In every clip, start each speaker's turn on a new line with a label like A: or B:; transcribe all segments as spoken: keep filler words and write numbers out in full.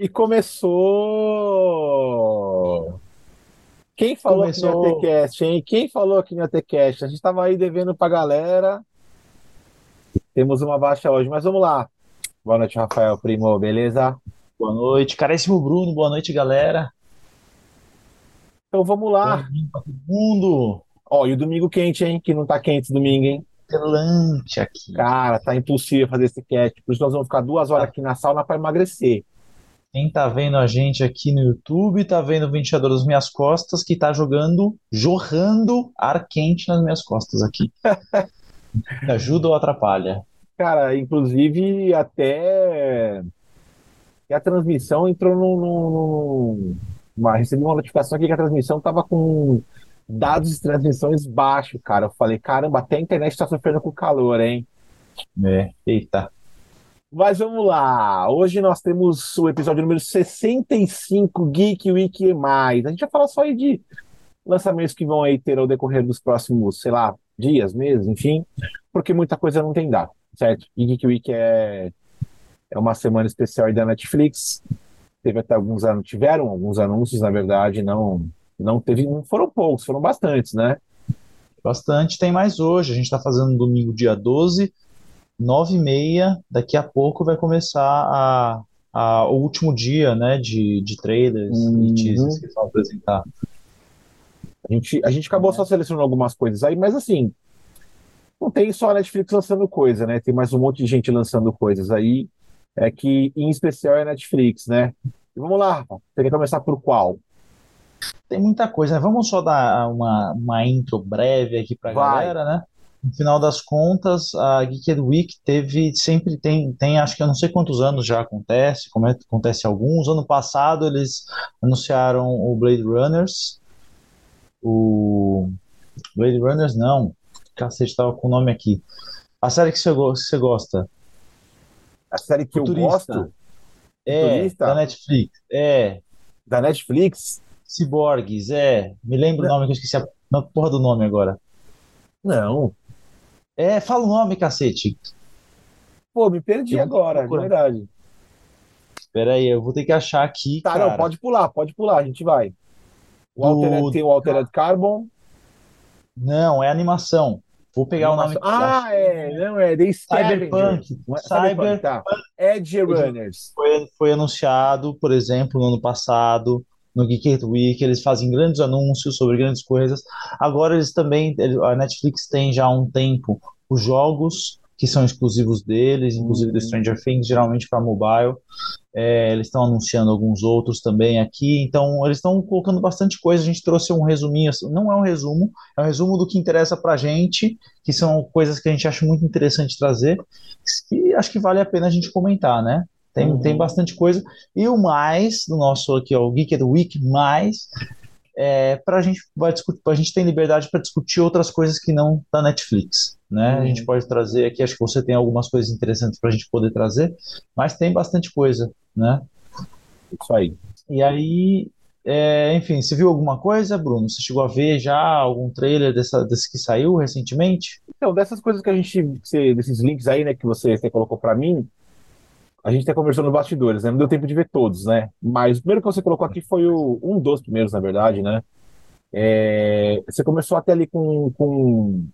A: E começou. Quem falou que não ia ter
B: Começou.
A: cast, hein? Quem falou que não ia ter cast? A gente tava aí devendo pra galera. Temos uma baixa hoje, mas vamos lá. Boa noite, Rafael Primo, beleza?
B: Boa noite, caríssimo Bruno. Boa noite, galera.
A: Então vamos
B: Bom
A: lá.
B: domingo pra todo mundo.
A: Ó, e o domingo quente, hein? Que não tá quente esse domingo, hein?
B: Excelente aqui.
A: Cara, tá impossível fazer esse cast. Por isso nós vamos ficar duas horas
B: Tá-
A: aqui na sauna pra emagrecer.
B: Quem tá vendo a gente aqui no YouTube, tá vendo o ventilador das minhas costas, que tá jogando, jorrando ar quente nas minhas costas aqui. Me ajuda ou atrapalha?
A: Cara, inclusive até que a transmissão entrou num, num- num- uma, recebi uma notificação aqui que a transmissão tava com dados de transmissões baixos, cara. Eu falei, caramba, até a internet tá sofrendo com o calor, hein?
B: É, eita.
A: Mas vamos lá. Hoje nós temos o episódio número sessenta e cinco Geek Week e mais. A gente vai falar só aí de lançamentos que vão aí ter ao decorrer dos próximos, sei lá, dias, meses, enfim, porque muita coisa não tem data, certo? E Geek Week é, é uma semana especial aí da Netflix. Teve até alguns anos, tiveram alguns anúncios, na verdade, não, não teve, não foram poucos, foram bastantes, né?
B: Bastante. Tem mais hoje. A gente tá fazendo no domingo, dia doze, nove e meia. Daqui a pouco vai começar a, a, o último dia, né, de, de trailers e teasers
A: Uhum.
B: que vão apresentar.
A: A gente, a gente acabou só selecionando algumas coisas aí, mas assim, não tem só a Netflix lançando coisa, né? Tem mais um monte de gente lançando coisas aí, é que em especial é a Netflix, né? E vamos lá, Rafa. Você quer começar por qual?
B: Tem muita coisa, né? Vamos só dar uma, uma intro breve aqui para a
A: Vai.
B: galera, né? No final das contas, a Geeked Week teve, sempre tem, tem, acho que eu não sei quantos anos já acontece, como é, acontece alguns. Ano passado eles anunciaram o Blade Runners, o Blade Runners não, cacete, estava com o nome aqui. A série que você, go- você gosta,
A: A série que eu
B: Futurista,
A: gosto,
B: é, da
A: Futurista,
B: Netflix, é,
A: da Netflix,
B: Ciborgues, é, me lembra o
A: n-
B: nome que eu esqueci a, a porra do nome agora.
A: não.
B: É, fala o nome, cacete.
A: Pô, me perdi
B: Eu vou ter que
A: agora, de
B: procurar.
A: verdade.
B: Pera aí, eu vou ter que achar aqui,
A: Tá, não,
B: cara.
A: pode pular, pode pular, a gente vai. O Altered,
B: Do.
A: tem o Altered Carbon,
B: Não, é animação. Vou pegar o nome
A: animação.
B: aqui.
A: Ah,
B: Achei.
A: é, não, é The
B: Cyberpunk.
A: Scavenger. Não é Cyberpunk,
B: Cyber
A: tá. Edge Runners.
B: foi, foi anunciado, por exemplo, no ano passado, no Geek Week. Eles fazem grandes anúncios sobre grandes coisas. Agora eles também. ele- A Netflix tem já há um tempo os jogos que são exclusivos deles, inclusive do
A: Hum,
B: Stranger Things, geralmente para mobile. É, eles estão anunciando alguns outros também aqui, então eles estão colocando bastante coisa. A gente trouxe um resuminho, assim, não é um resumo, é um resumo do que interessa para a gente, que são coisas que a gente acha muito interessante trazer, que acho que vale a pena a gente comentar, né? Tem, tem
A: uhum,
B: bastante coisa. E o mais, do nosso aqui, ó, o Geek of the Week, mais, é, para a gente vai discutir, a gente tem liberdade para discutir outras coisas que não da Netflix, né? A gente
A: uhum.
B: pode trazer aqui, acho que você tem algumas coisas interessantes para a gente poder trazer, mas tem bastante coisa, né?
A: Isso aí.
B: E aí, é, enfim, você viu alguma coisa, Bruno? Você chegou a ver já algum trailer dessa, desse que saiu recentemente?
A: Então, dessas coisas que a gente, que você- desses links aí, né, que você, você colocou para mim, a gente até conversou nos bastidores, né? Não deu tempo de ver todos, né? Mas o primeiro que você colocou aqui foi o, um dos primeiros, na verdade, né? É, você começou até ali com, com,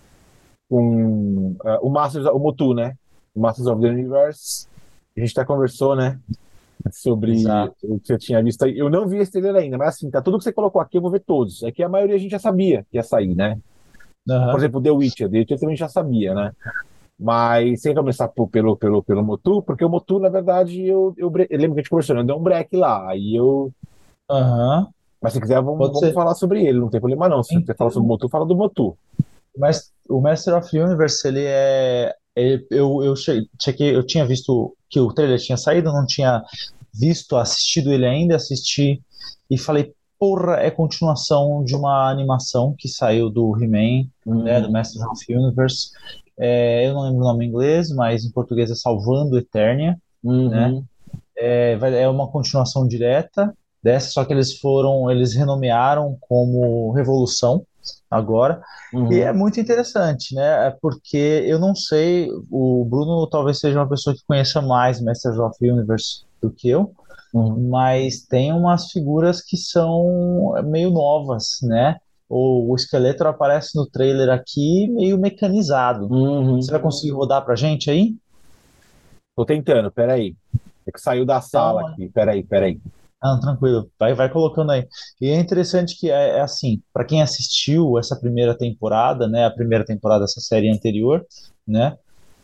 A: com ah, o Masters, o Motu, né? O Masters of the Universe. A gente até conversou, né? Sobre
B: Exato.
A: o que você tinha visto aí. Eu não vi esse trailer ainda, mas assim, tá tudo que você colocou aqui, eu vou ver todos. É que a maioria a gente já sabia que ia sair, né? Por
B: Aham.
A: exemplo, The Witcher, The Witcher também já sabia, né? Mas sem começar por- pelo, pelo, pelo Motu, porque o Motu, na verdade, eu, eu, bre- eu lembro que a gente conversou, né? Deu um break lá. Aí eu.
B: Aham.
A: Mas se quiser, vamos,
B: Pode
A: vamos
B: ser.
A: falar sobre ele, não tem problema não. Se você fala sobre o
B: Então,
A: Motu, fala do Motu.
B: mas o Master of the Universe, ele é. ele- eu, eu, che- chequei, eu tinha visto que o trailer tinha saído, não tinha visto, assistido ele ainda, assisti e falei, porra, é continuação de uma animação que saiu do He-Man, né, do
A: Hum,
B: Master of the Universe. É, eu não lembro o nome em inglês, mas em português é Salvando Eternia, né?
A: uhum,
B: É, vai- é uma continuação direta dessa, só que eles foram, eles renomearam como Revolução agora. E é
A: uhum.
B: muito interessante, né? É porque eu não sei, o Bruno talvez seja uma pessoa que conheça mais Masters of the Universe. do que eu,
A: Uhum.
B: mas tem umas figuras que são meio novas, né? O, o Skeletor aparece no trailer aqui meio mecanizado. Você
A: Uhum.
B: vai conseguir rodar pra gente aí?
A: Tô tentando, peraí. É que saiu da sala
B: Então,
A: aqui. Peraí, peraí.
B: ah, tranquilo, vai, vai colocando aí. E é interessante que é, é assim, para quem assistiu essa primeira temporada, né, a primeira temporada dessa série anterior, né,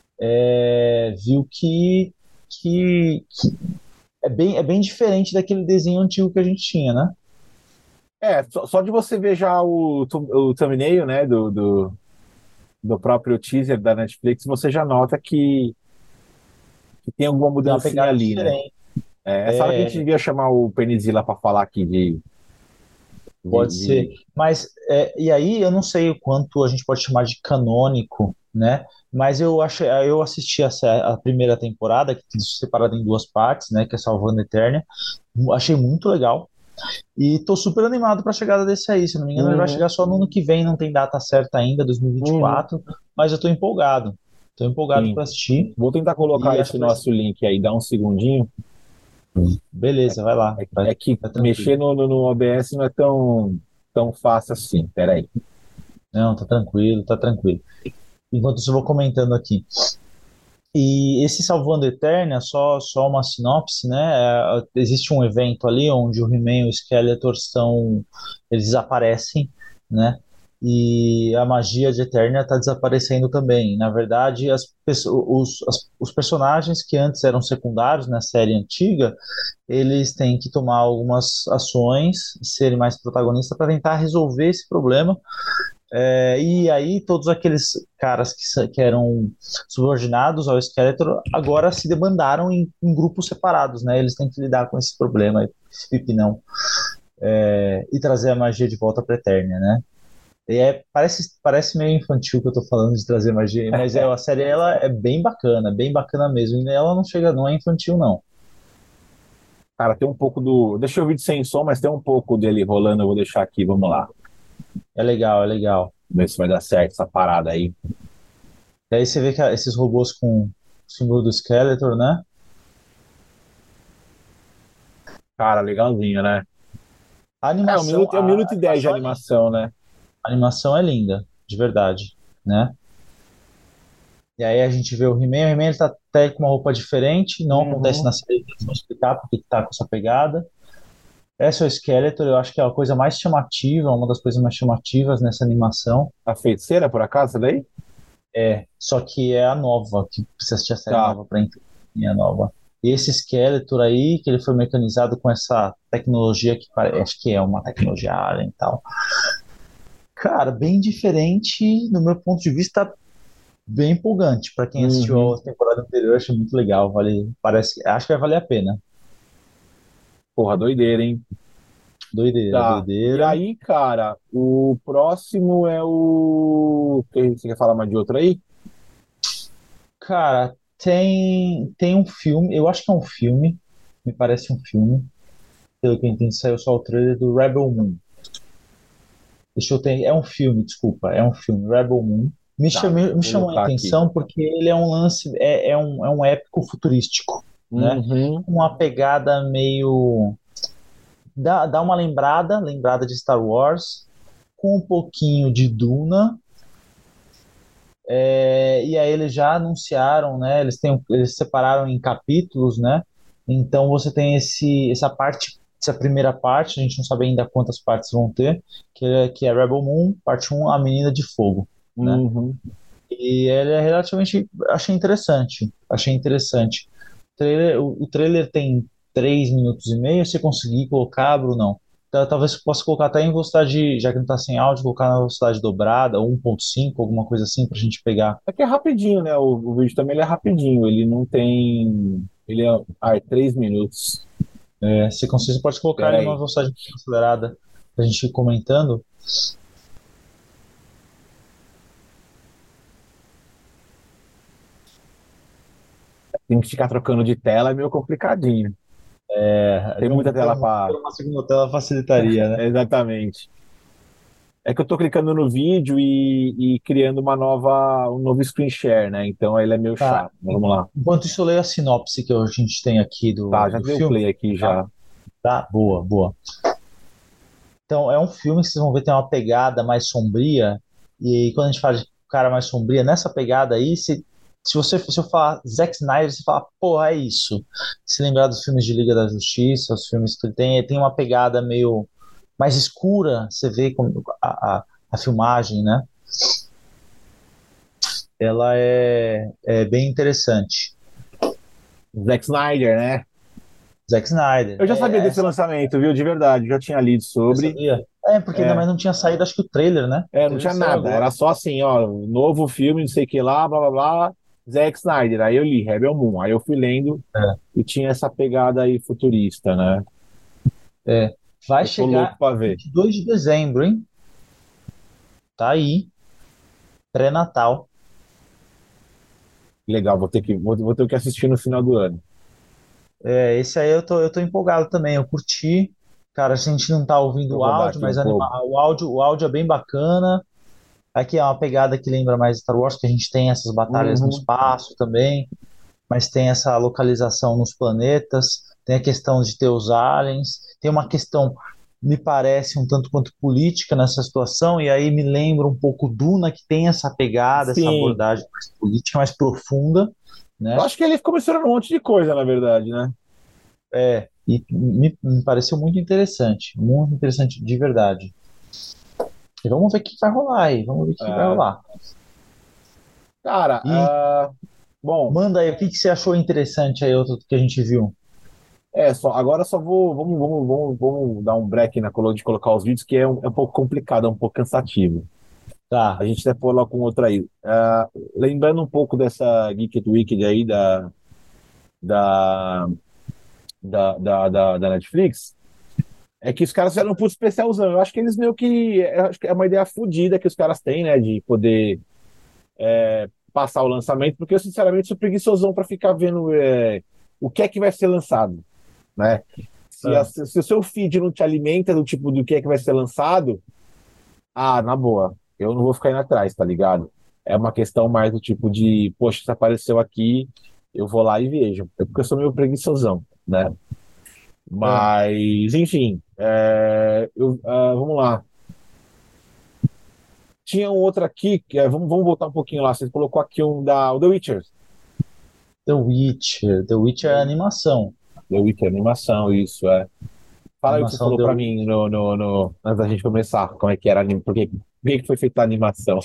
B: é, viu que, que, que é bem, é bem diferente daquele desenho antigo que a gente tinha, né?
A: É, só, só de você ver já o, thu- o thumbnail, né, do, do, do próprio teaser da Netflix, você já nota que, que tem alguma
B: Tem uma
A: mudancinha
B: pegada
A: ali, né?
B: diferente.
A: É, essa hora que a gente
B: É,
A: devia chamar o Penizila para falar aqui de, de,
B: pode ser.
A: de-
B: Mas, é, e aí eu não sei o quanto a gente pode chamar de canônico, né? Mas eu achei, eu assisti a, sé- a primeira temporada, que é separada em duas partes, né? Que é Salvando a Eternia. Achei muito legal. E tô super animado para a chegada desse aí. Se eu não me engano, ele vai
A: Uhum,
B: chegar só no ano que vem, não tem data certa ainda,
A: uhum,
B: dois mil e vinte e quatro, mas eu tô empolgado. Tô empolgado
A: sim.
B: para assistir
A: Vou tentar colocar
B: e acho
A: esse
B: que vai ser.
A: nosso link aí, dá um segundinho.
B: Beleza, vai lá,
A: É,
B: vai,
A: é que
B: vai tranquilo.
A: mexer no, no, no O B S não é tão, tão fácil assim. Peraí.
B: Não, tá tranquilo, tá tranquilo. Enquanto isso, eu vou comentando aqui. E esse Salvando a Eternia, só, só uma sinopse, né? É, existe um evento ali onde o He-Man e o Skeletor estão, eles desaparecem, né? E a magia de Eternia está desaparecendo também. Na verdade, as, pesso- os, as- os personagens que antes eram secundários na série antiga, eles têm que tomar algumas ações, serem mais protagonistas para tentar resolver esse problema. É, e aí todos aqueles caras que, sa- que eram subordinados ao Skeletor agora se debandaram em, em grupos separados, né? Eles têm que lidar com esse problema, esse pipinão, é, e trazer a magia de volta para Eternia, né? E é, parece, parece meio infantil que eu tô falando de trazer magia, mas é, a série ela é bem bacana, bem bacana mesmo. E ela não chega, não é infantil, não.
A: Cara, tem um pouco do. Deixa eu ouvir sem som, mas tem um pouco dele rolando. Eu vou deixar aqui. Vamos lá.
B: É legal, é legal.
A: Ver se vai dar certo essa parada aí.
B: E aí você vê que esses robôs com o símbolo do Skeletor, né?
A: Cara, legalzinho, né?
B: A
A: É, um
B: animação,
A: minuto, é um
B: a
A: minuto e dez de
B: animação é linda.
A: animação, né?
B: A animação é linda, de verdade, né? E aí a gente vê o He-Man, o He-Man ele tá até com uma roupa diferente, não acontece
A: Uhum.
B: na série, eles vão explicar porque que tá com essa pegada. Essa é o Skeletor, eu acho que é a coisa mais chamativa, uma das coisas mais chamativas nessa animação.
A: A feiticeira, por acaso, essa daí?
B: É, só que é a nova, que precisa assistir a série
A: Tá.
B: nova para entender a nova. E esse Skeletor aí, que ele foi mecanizado com essa tecnologia que parece, acho que é uma tecnologia Alien e tal. Cara, bem diferente, no meu ponto de vista, bem empolgante. Para quem assistiu
A: Uhum.
B: a temporada anterior, achei muito legal. Vale, parece, acho que vai valer a pena.
A: Porra, doideira, hein?
B: Doideira,
A: Tá. E
B: doideira.
A: aí, cara, o próximo é o. Tem- Você quer falar mais de outro aí?
B: Cara, tem, tem um filme, eu acho que é um filme, me parece um filme. Pelo que eu entendi, saiu só o trailer do Rebel Moon. Deixa eu ter, é um filme, desculpa, é um filme, Rebel Moon. Me
A: Tá,
B: chamou,
A: deixa eu
B: me chamou a
A: colocar aqui.
B: atenção porque ele é um lance, é, é um, é um épico futurístico, né?
A: Uhum.
B: Uma pegada meio. Dá, dá uma lembrada, lembrada de Star Wars, com um pouquinho de Duna. É, e aí eles já anunciaram, né? Eles têm, eles separaram em capítulos, né? Então você tem esse, essa parte, essa primeira parte, a gente não sabe ainda quantas partes vão ter, que é, que é Rebel Moon, parte um, A Menina de Fogo, né?
A: Uhum.
B: E ele é relativamente, achei interessante, achei interessante. O trailer, o, o trailer tem três minutos e meio, se conseguir colocar, Brunão. Tá- Talvez possa colocar até em velocidade, já que não está sem áudio, colocar na velocidade dobrada, ou um ponto cinco, alguma coisa assim, para a gente pegar.
A: É que é rapidinho, né? O, o vídeo também ele é rapidinho. Ele não tem. Ele é. Ah, é três minutos.
B: É, se conseguir, você pode colocar
A: Pera
B: ele numa
A: aí.
B: velocidade acelerada, para a gente ir comentando.
A: Tem que ficar trocando de tela, é meio complicadinho.
B: É,
A: Tem
B: não,
A: muita
B: ter
A: tela
B: uma, ter
A: para.
B: uma segunda tela facilitaria, né?
A: Exatamente. É que eu tô clicando no vídeo e, e criando uma nova, um novo screen share, né? Então ele é meio
B: Tá.
A: chato. Vamos lá.
B: Enquanto isso, eu leio a sinopse que a gente tem aqui
A: Tá,
B: do,
A: já
B: do
A: deu
B: filme.
A: play aqui
B: Tá?
A: já.
B: Tá? Boa, boa. Então, é um filme que vocês vão ver tem uma pegada mais sombria. E quando a gente fala de cara mais sombria, nessa pegada aí, se, se você se eu falar Zack Snyder, você fala, porra, é isso. Se lembrar dos filmes de Liga da Justiça, os filmes que ele tem, ele tem uma pegada meio mais escura, você vê como a, a, a filmagem, né? Ela é, é bem interessante.
A: Zack Snyder, né?
B: Zack Snyder.
A: Eu já sabia
B: É, é,
A: desse lançamento, viu? De verdade, já tinha lido
B: você
A: sobre.
B: sabia? É, porque ainda
A: É,
B: mais não tinha saído, acho que o trailer, né? O
A: é, não
B: trailer
A: tinha
B: saiu
A: nada.
B: agora.
A: Era só assim, ó, novo filme, não sei o que lá, blá blá blá. Zack Snyder. Aí eu li Rebel Moon. Aí eu fui lendo e tinha essa pegada aí futurista, né?
B: É, é. Vai
A: Eu tô louco
B: chegar
A: pra ver.
B: vinte e dois de dezembro, hein? Tá aí, pré-natal.
A: Legal, vou ter que, vou, vou ter que assistir no final do ano.
B: É, esse aí eu tô, eu tô empolgado também. Eu curti. Cara, a gente não tá ouvindo
A: Vou
B: o
A: rodar
B: áudio,
A: aqui um
B: mas anima...
A: pouco.
B: o áudio, o áudio é bem bacana. Aqui é uma pegada que lembra mais Star Wars, que a gente tem essas batalhas no
A: Uhum.
B: espaço também, mas tem essa localização nos planetas, tem a questão de ter os aliens, tem uma questão, me parece, um tanto quanto política nessa situação, e aí me lembra um pouco Duna, que tem essa pegada, essa
A: Sim.
B: abordagem mais política, mais profunda,
A: Eu
B: né?
A: acho que ele ficou misturando um monte de coisa, na verdade, né?
B: É, e me, me pareceu muito interessante, muito interessante de verdade. E vamos ver o que vai rolar aí, vamos ver o que vai
A: É,
B: rolar.
A: cara,
B: E
A: ah, bom,
B: manda aí, o que que você achou interessante aí, outro que a gente viu?
A: é só agora só vou vamos, vamos, vamos, vamos dar um break na coluna de colocar os vídeos, que é um, é um pouco complicado, é um pouco cansativo. A
B: Tá,
A: gente até pôr lá com outra aí. Ah, lembrando um pouco dessa Geek Weekend aí da, da, da, da, da, da Netflix, é que os caras fizeram um puto especialzão. Eu acho que eles meio que. Eu acho que é uma ideia fodida que os caras têm, né? De poder passar o lançamento, porque eu, sinceramente, sou preguiçosão para ficar vendo é, o que é que vai ser lançado, né? Se, a-
B: tá.
A: se o seu feed não te alimenta do tipo do que é que vai ser lançado, ah, na boa, eu não vou ficar indo atrás, tá ligado? É uma questão mais do tipo de, poxa, se apareceu aqui, eu vou lá e vejo. É porque eu sou meio preguiçosão, né?
B: É.
A: Mas, enfim, é, eu, ah, vamos lá. Tinha um outro aqui, que é, vamos, vamos voltar um pouquinho lá. Você colocou aqui um da o The Witcher.
B: The Witcher. The Witcher é animação.
A: The Witcher, animação, isso, é.
B: A
A: Fala aí o que você
B: animação
A: falou
B: The
A: pra mim
B: Witcher.
A: no, no, no- antes da gente começar, como é que era, a anim- por que, por que que foi feita a animação?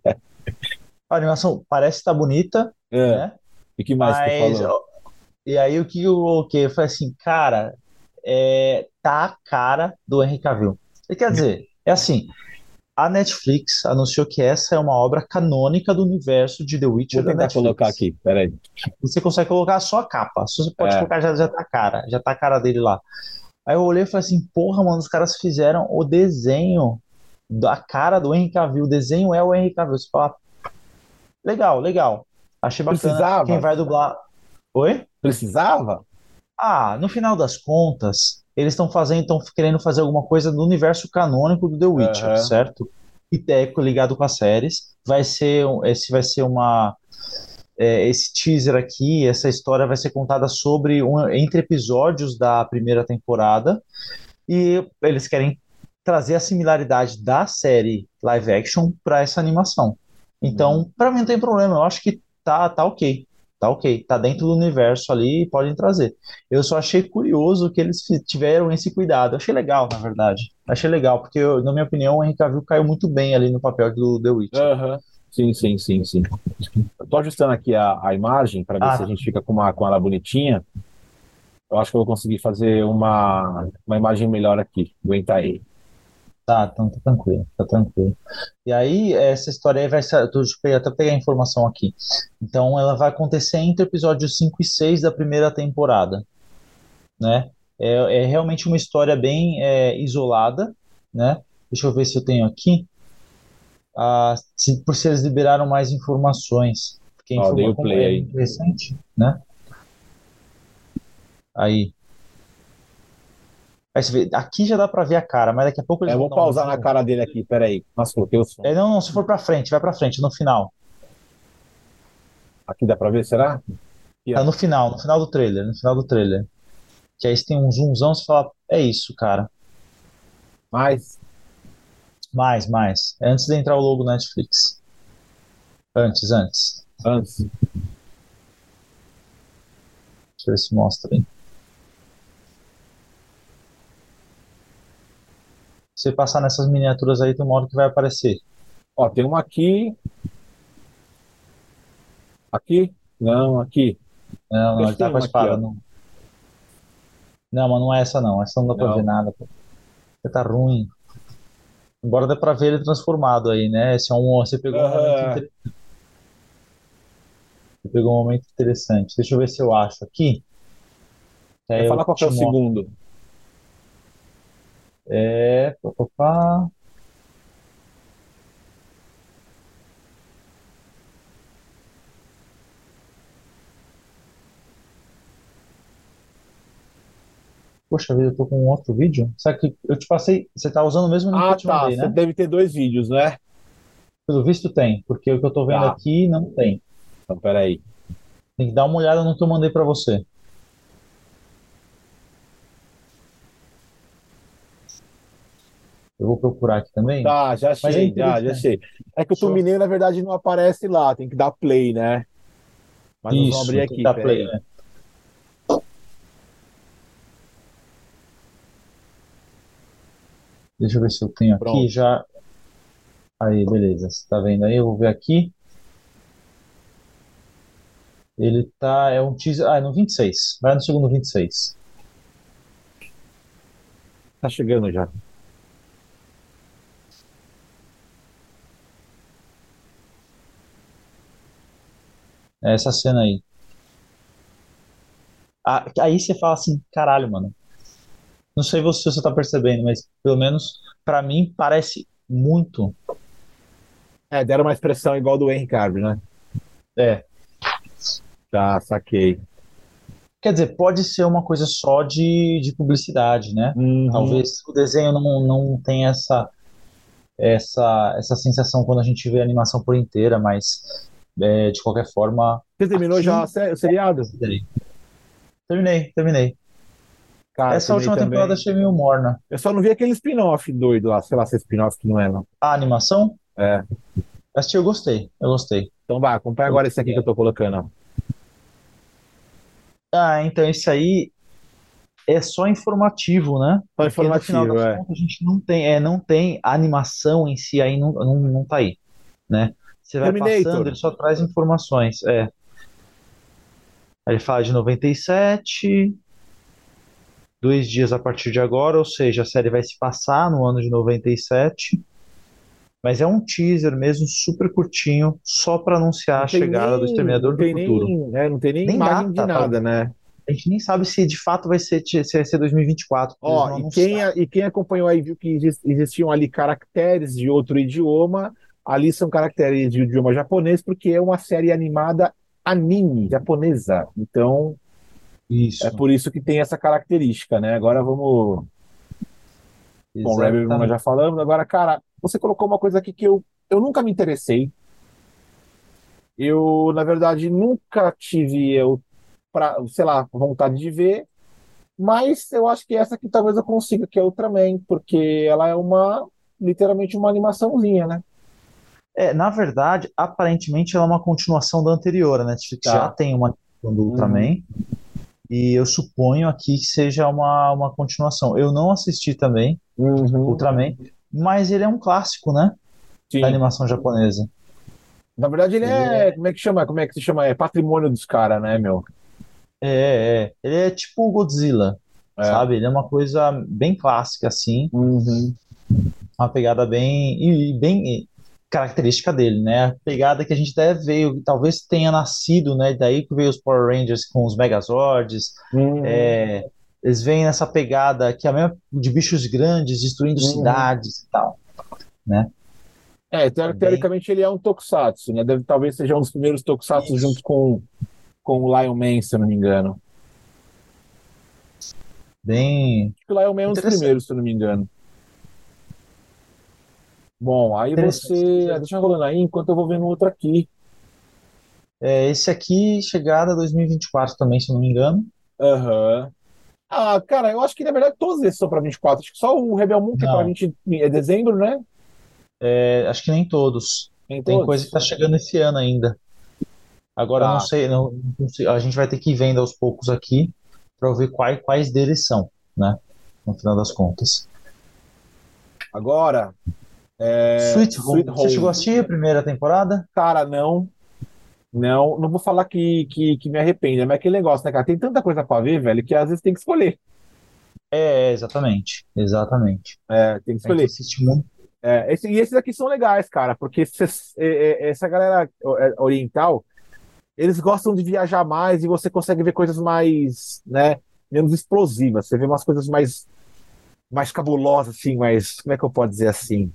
B: A animação parece estar bonita,
A: É,
B: né?
A: e o que mais que você
B: Mas,
A: falou?
B: ó, e aí o que eu coloquei? Eu falei assim, cara, é, tá a cara do Henry Cavill. E quer dizer, é assim, a Netflix anunciou que essa é uma obra canônica do universo de The
A: Vou
B: Witcher da
A: tentar colocar
B: Netflix.
A: aqui, peraí.
B: Você consegue colocar só a capa. Se você pode
A: É,
B: colocar, já, já tá a cara, já tá a cara dele lá. Aí eu olhei e falei assim, porra, mano, os caras fizeram o desenho da cara do Henry Cavill. O desenho é o Henry Cavill. Você fala, legal, legal. Achei bacana. Quem
A: precisava?
B: vai dublar? Oi?
A: Precisava?
B: Ah, no final das contas, eles estão fazendo, estão querendo fazer alguma coisa do universo canônico do The Witcher,
A: Aham.
B: certo? E é ligado com as séries. Vai ser, um- esse vai ser uma, é, esse teaser aqui, essa história vai ser contada sobre um, entre episódios da primeira temporada e eles querem trazer a similaridade da série live action para essa animação.
A: Uhum.
B: Então, para mim não tem problema, eu acho que tá, tá ok. Tá ok, tá dentro do universo ali, podem trazer. Eu só achei curioso que eles fi- tiveram esse cuidado. Achei legal, na verdade. Achei legal, porque, eu- na minha opinião, o Henry Cavill caiu muito bem ali no papel do The Witcher.
A: Aham. Sim, sim, sim, sim. Eu tô ajustando aqui a, a imagem para ver se a
B: Ah,
A: gente fica com, uma, com ela bonitinha. Eu acho que eu vou conseguir fazer uma, uma imagem melhor aqui. Aguenta aí.
B: tá, então tá tranquilo, tá tranquilo. E aí, essa história aí vai ser. Deixa eu até pegar a informação aqui. Então, ela vai acontecer entre episódios cinco e seis da primeira temporada, né? É, é realmente uma história bem é, isolada, né? Deixa eu ver se eu tenho aqui. Ah, se, por se eles liberaram mais informações. Porque a
A: Ó, dei
B: informa,
A: o
B: como
A: play
B: é
A: aí.
B: muito recente, né? Aí. Aí você vê, aqui já dá pra ver a cara, mas daqui a pouco
A: É,
B: eles
A: eu
B: vão
A: vou
B: dar um
A: pausar na
B: zoom.
A: cara dele aqui, peraí. Nossa, coloquei o som.
B: É, não, não, se for pra frente, vai pra frente, no final.
A: Aqui dá pra ver, será? Aqui,
B: Tá
A: ó.
B: no final, no final do trailer, no final do trailer. Que aí você tem um zoomzão, você fala, é isso, cara.
A: Mais,
B: Mais, mais. É antes de entrar o logo Netflix. Antes, antes.
A: antes.
B: Deixa eu ver se mostra aí. Se você passar nessas miniaturas aí, tem uma hora que vai aparecer.
A: Ó, tem uma aqui. Aqui? Não, aqui.
B: Não, não,
A: Acho
B: ele
A: que
B: tá
A: tem
B: com a
A: uma aqui,
B: espada.
A: ó.
B: Não, não, mas não é essa não. Essa não dá pra ver
A: Não.
B: nada. Pô. Você tá ruim. Embora dê pra ver ele transformado aí, né? Esse é um, você pegou um momento
A: Aham.
B: interessante. Você pegou um momento interessante. Deixa eu ver se eu acho aqui. Que
A: Quer
B: aí eu
A: falar qual que é
B: te
A: o
B: mostro.
A: segundo?
B: É. Pá, pá, pá. Poxa vida, eu tô com um outro vídeo. Será que eu te passei? Você tá usando o mesmo link que eu
A: Ah,
B: te
A: tá.
B: mandei,
A: Você
B: né?
A: deve ter dois vídeos, né?
B: Pelo visto tem, porque o que eu tô vendo
A: Tá.
B: aqui não tem.
A: Então, peraí.
B: Tem que dar uma olhada no que eu mandei pra você. Eu vou procurar aqui também.
A: Tá, já
B: Mas é
A: achei, já, já
B: interessante.
A: achei. É que o
B: Show.
A: thumbnail, na verdade, não aparece lá. Tem que dar play, né? Mas nós vamos abrir
B: Isso, tem que
A: aqui,
B: dar play,
A: peraí.
B: né? Deixa eu ver se eu tenho aqui
A: Pronto.
B: já. Aí, beleza. Você tá vendo aí? Eu vou ver aqui. Ele tá. É um teaser. Ah, é no vinte e seis. Vai no segundo vinte e seis.
A: Tá chegando já.
B: É essa cena aí. Ah, aí você fala assim, caralho, mano. Não sei você- se você tá percebendo, mas pelo menos pra mim parece muito.
A: É, deram uma expressão igual do Henry Cavill, né?
B: É.
A: Tá, saquei.
B: Quer dizer, pode ser uma coisa só de, de publicidade, né?
A: Uhum.
B: Talvez o desenho não, não tenha essa, essa, essa sensação quando a gente vê a animação por inteira, mas é, de qualquer forma,
A: Você terminou já a
B: aqui
A: sé- o seriado?
B: terminei, terminei.
A: Cara,
B: Essa
A: terminei
B: última temporada eu
A: também.
B: achei meio morna.
A: Eu só não vi aquele spin-off doido lá. Sei lá se é spin-off que não é, não.
B: A animação,
A: É.
B: assisti, eu gostei, eu gostei.
A: Então vai, acompanha
B: Eu
A: agora esse
B: gostei
A: aqui que eu
B: dela.
A: tô colocando, ó.
B: Ah, então esse aí é só informativo, né?
A: Só
B: Porque no final
A: informativo,
B: das
A: é.
B: contas a gente não tem, é, não tem a animação em si aí não, não, não tá aí, né? Você vai passando,
A: Terminator.
B: ele só traz informações. É. Aí ele fala de noventa e sete, dois dias a partir de agora, ou seja, a série vai se passar no ano de noventa e sete, mas é um teaser mesmo, super curtinho, só para anunciar
A: Não
B: a
A: tem
B: chegada do
A: nem, não
B: Exterminador do
A: tem
B: Futuro.
A: nem, é, não tem nem
B: Nem
A: imagem de
B: data,
A: nada,
B: talvez.
A: né?
B: A gente nem sabe se de fato vai ser, se vai ser dois mil e vinte e quatro, porque eles
A: Ó,
B: não
A: e quem,
B: anunciaram.
A: e quem acompanhou aí viu que exis- existiam ali caracteres de outro idioma. Ali são caracteres de idioma japonês, porque é uma série animada anime japonesa. Então, é
B: Isso,
A: por isso que tem essa característica, né? Agora vamos. Bom, Rebel nós
B: exatamente.
A: já falamos. Agora, cara, você colocou uma coisa aqui que eu, eu nunca me interessei. Eu, na verdade, nunca tive, eu, pra, sei lá, vontade de ver. Mas eu acho que essa aqui talvez eu consiga, que é Ultraman, porque ela é uma, literalmente uma animaçãozinha, né?
B: É, na verdade, aparentemente ela é uma continuação da anterior. A Netflix já
A: Tá.
B: tem uma do
A: Uhum.
B: Ultraman, e eu suponho aqui que seja uma, uma continuação. Eu não assisti também
A: Uhum.
B: Ultraman, mas ele é um clássico, né, da
A: Sim.
B: animação japonesa.
A: Na verdade, ele
B: Ele
A: é,
B: é,
A: como é que chama? Como é que se chama? É patrimônio dos caras, né, meu?
B: é, é, ele é tipo o Godzilla,
A: É.
B: sabe? Ele é uma coisa bem clássica, assim,
A: Uhum.
B: uma pegada bem, e, e bem característica dele, né? A pegada que a gente deve ver, talvez tenha nascido, né? Daí que veio os Power Rangers com os Megazords.
A: Uhum.
B: É, eles vêm nessa pegada que é a mesma de bichos grandes destruindo
A: Uhum.
B: cidades e tal, né?
A: É,
B: É
A: te-
B: bem
A: teoricamente ele é um tokusatsu, né? Deve, talvez seja um dos primeiros tokusatsu junto
B: isso.
A: com, com o Lion Man, se eu não me engano.
B: Bem
A: Acho que lá é um dos
B: interessante.
A: primeiros, se eu não me engano. Bom, aí
B: Interessante.
A: você. ah, Deixa rolando aí enquanto eu vou vendo outro aqui.
B: É, esse aqui, chegada dois mil e vinte e quatro também, se eu não me engano.
A: Aham. Ah, cara, eu acho que na verdade todos esses são para vinte e quatro. Acho que só o Rebel Moon que é para
B: Não,
A: vinte é dezembro, né?
B: é, acho que nem todos.
A: Em
B: Tem coisa que
A: todos.
B: tá chegando esse ano ainda. Agora eu não
A: Tá.
B: sei, não, não sei, a gente vai ter que ir vendo aos poucos aqui para ver quais, quais deles são, né? No final das contas.
A: Agora, é,
B: Sweet
A: Sweet
B: Home. Você chegou a
A: Home.
B: assistir a primeira temporada?
A: Cara, não, não, não vou falar que, que, que me arrependa, mas é aquele negócio, né, cara? Tem tanta coisa pra ver, velho, que às vezes tem que escolher.
B: É, exatamente. Exatamente.
A: É, tem que
B: A gente
A: escolher.
B: assiste muito.
A: É, esse- e esses aqui são legais, cara, porque cês- é, é, essa galera é, oriental, eles gostam de viajar mais e você consegue ver coisas mais, né, menos explosivas. Você vê umas coisas mais, mais cabulosas, assim, mais, como é que eu posso dizer assim?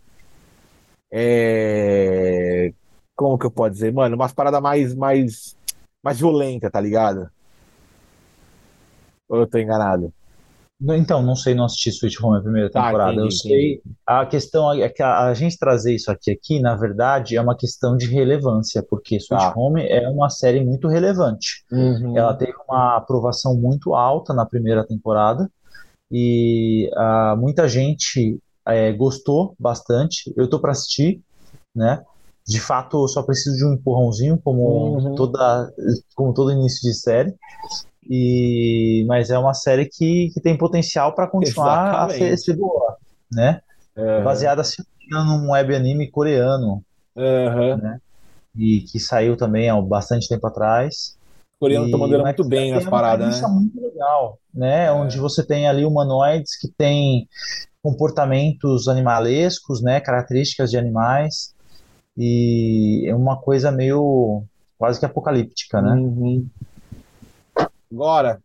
A: É, como que eu posso dizer? Mano, umas paradas mais, mais, mais violenta, tá ligado? Ou eu tô enganado?
B: Então, não sei, não assisti Sweet Home a primeira
A: Tá,
B: temporada.
A: entendi,
B: Eu sei.
A: entendi.
B: A questão é que a, a gente trazer isso aqui, aqui, na verdade, é uma questão de relevância, porque Sweet
A: Tá.
B: Home é uma série muito relevante. Ela
A: Uhum.
B: teve uma aprovação muito alta na primeira temporada e ah, muita gente eh, gostou bastante. Eu tô para assistir, né? De fato, eu só preciso de um empurrãozinho, como
A: Uhum.
B: toda, como todo início de série. E, mas é uma série que, que tem potencial para continuar a ser,
A: Exatamente.
B: ser boa, né? É
A: Uhum.
B: baseada, se não me engano, num web anime coreano,
A: Uhum.
B: né? E que saiu também há bastante tempo atrás.
A: O coreano tá
B: E,
A: mandando
B: mas
A: muito bem nas
B: tem uma
A: paradas,
B: premissa
A: né?
B: muito legal, né? Onde
A: É.
B: você tem ali humanoides que têm comportamentos animalescos, né? Características de animais. E é uma coisa meio quase que apocalíptica, né?
A: Uhum. Agora,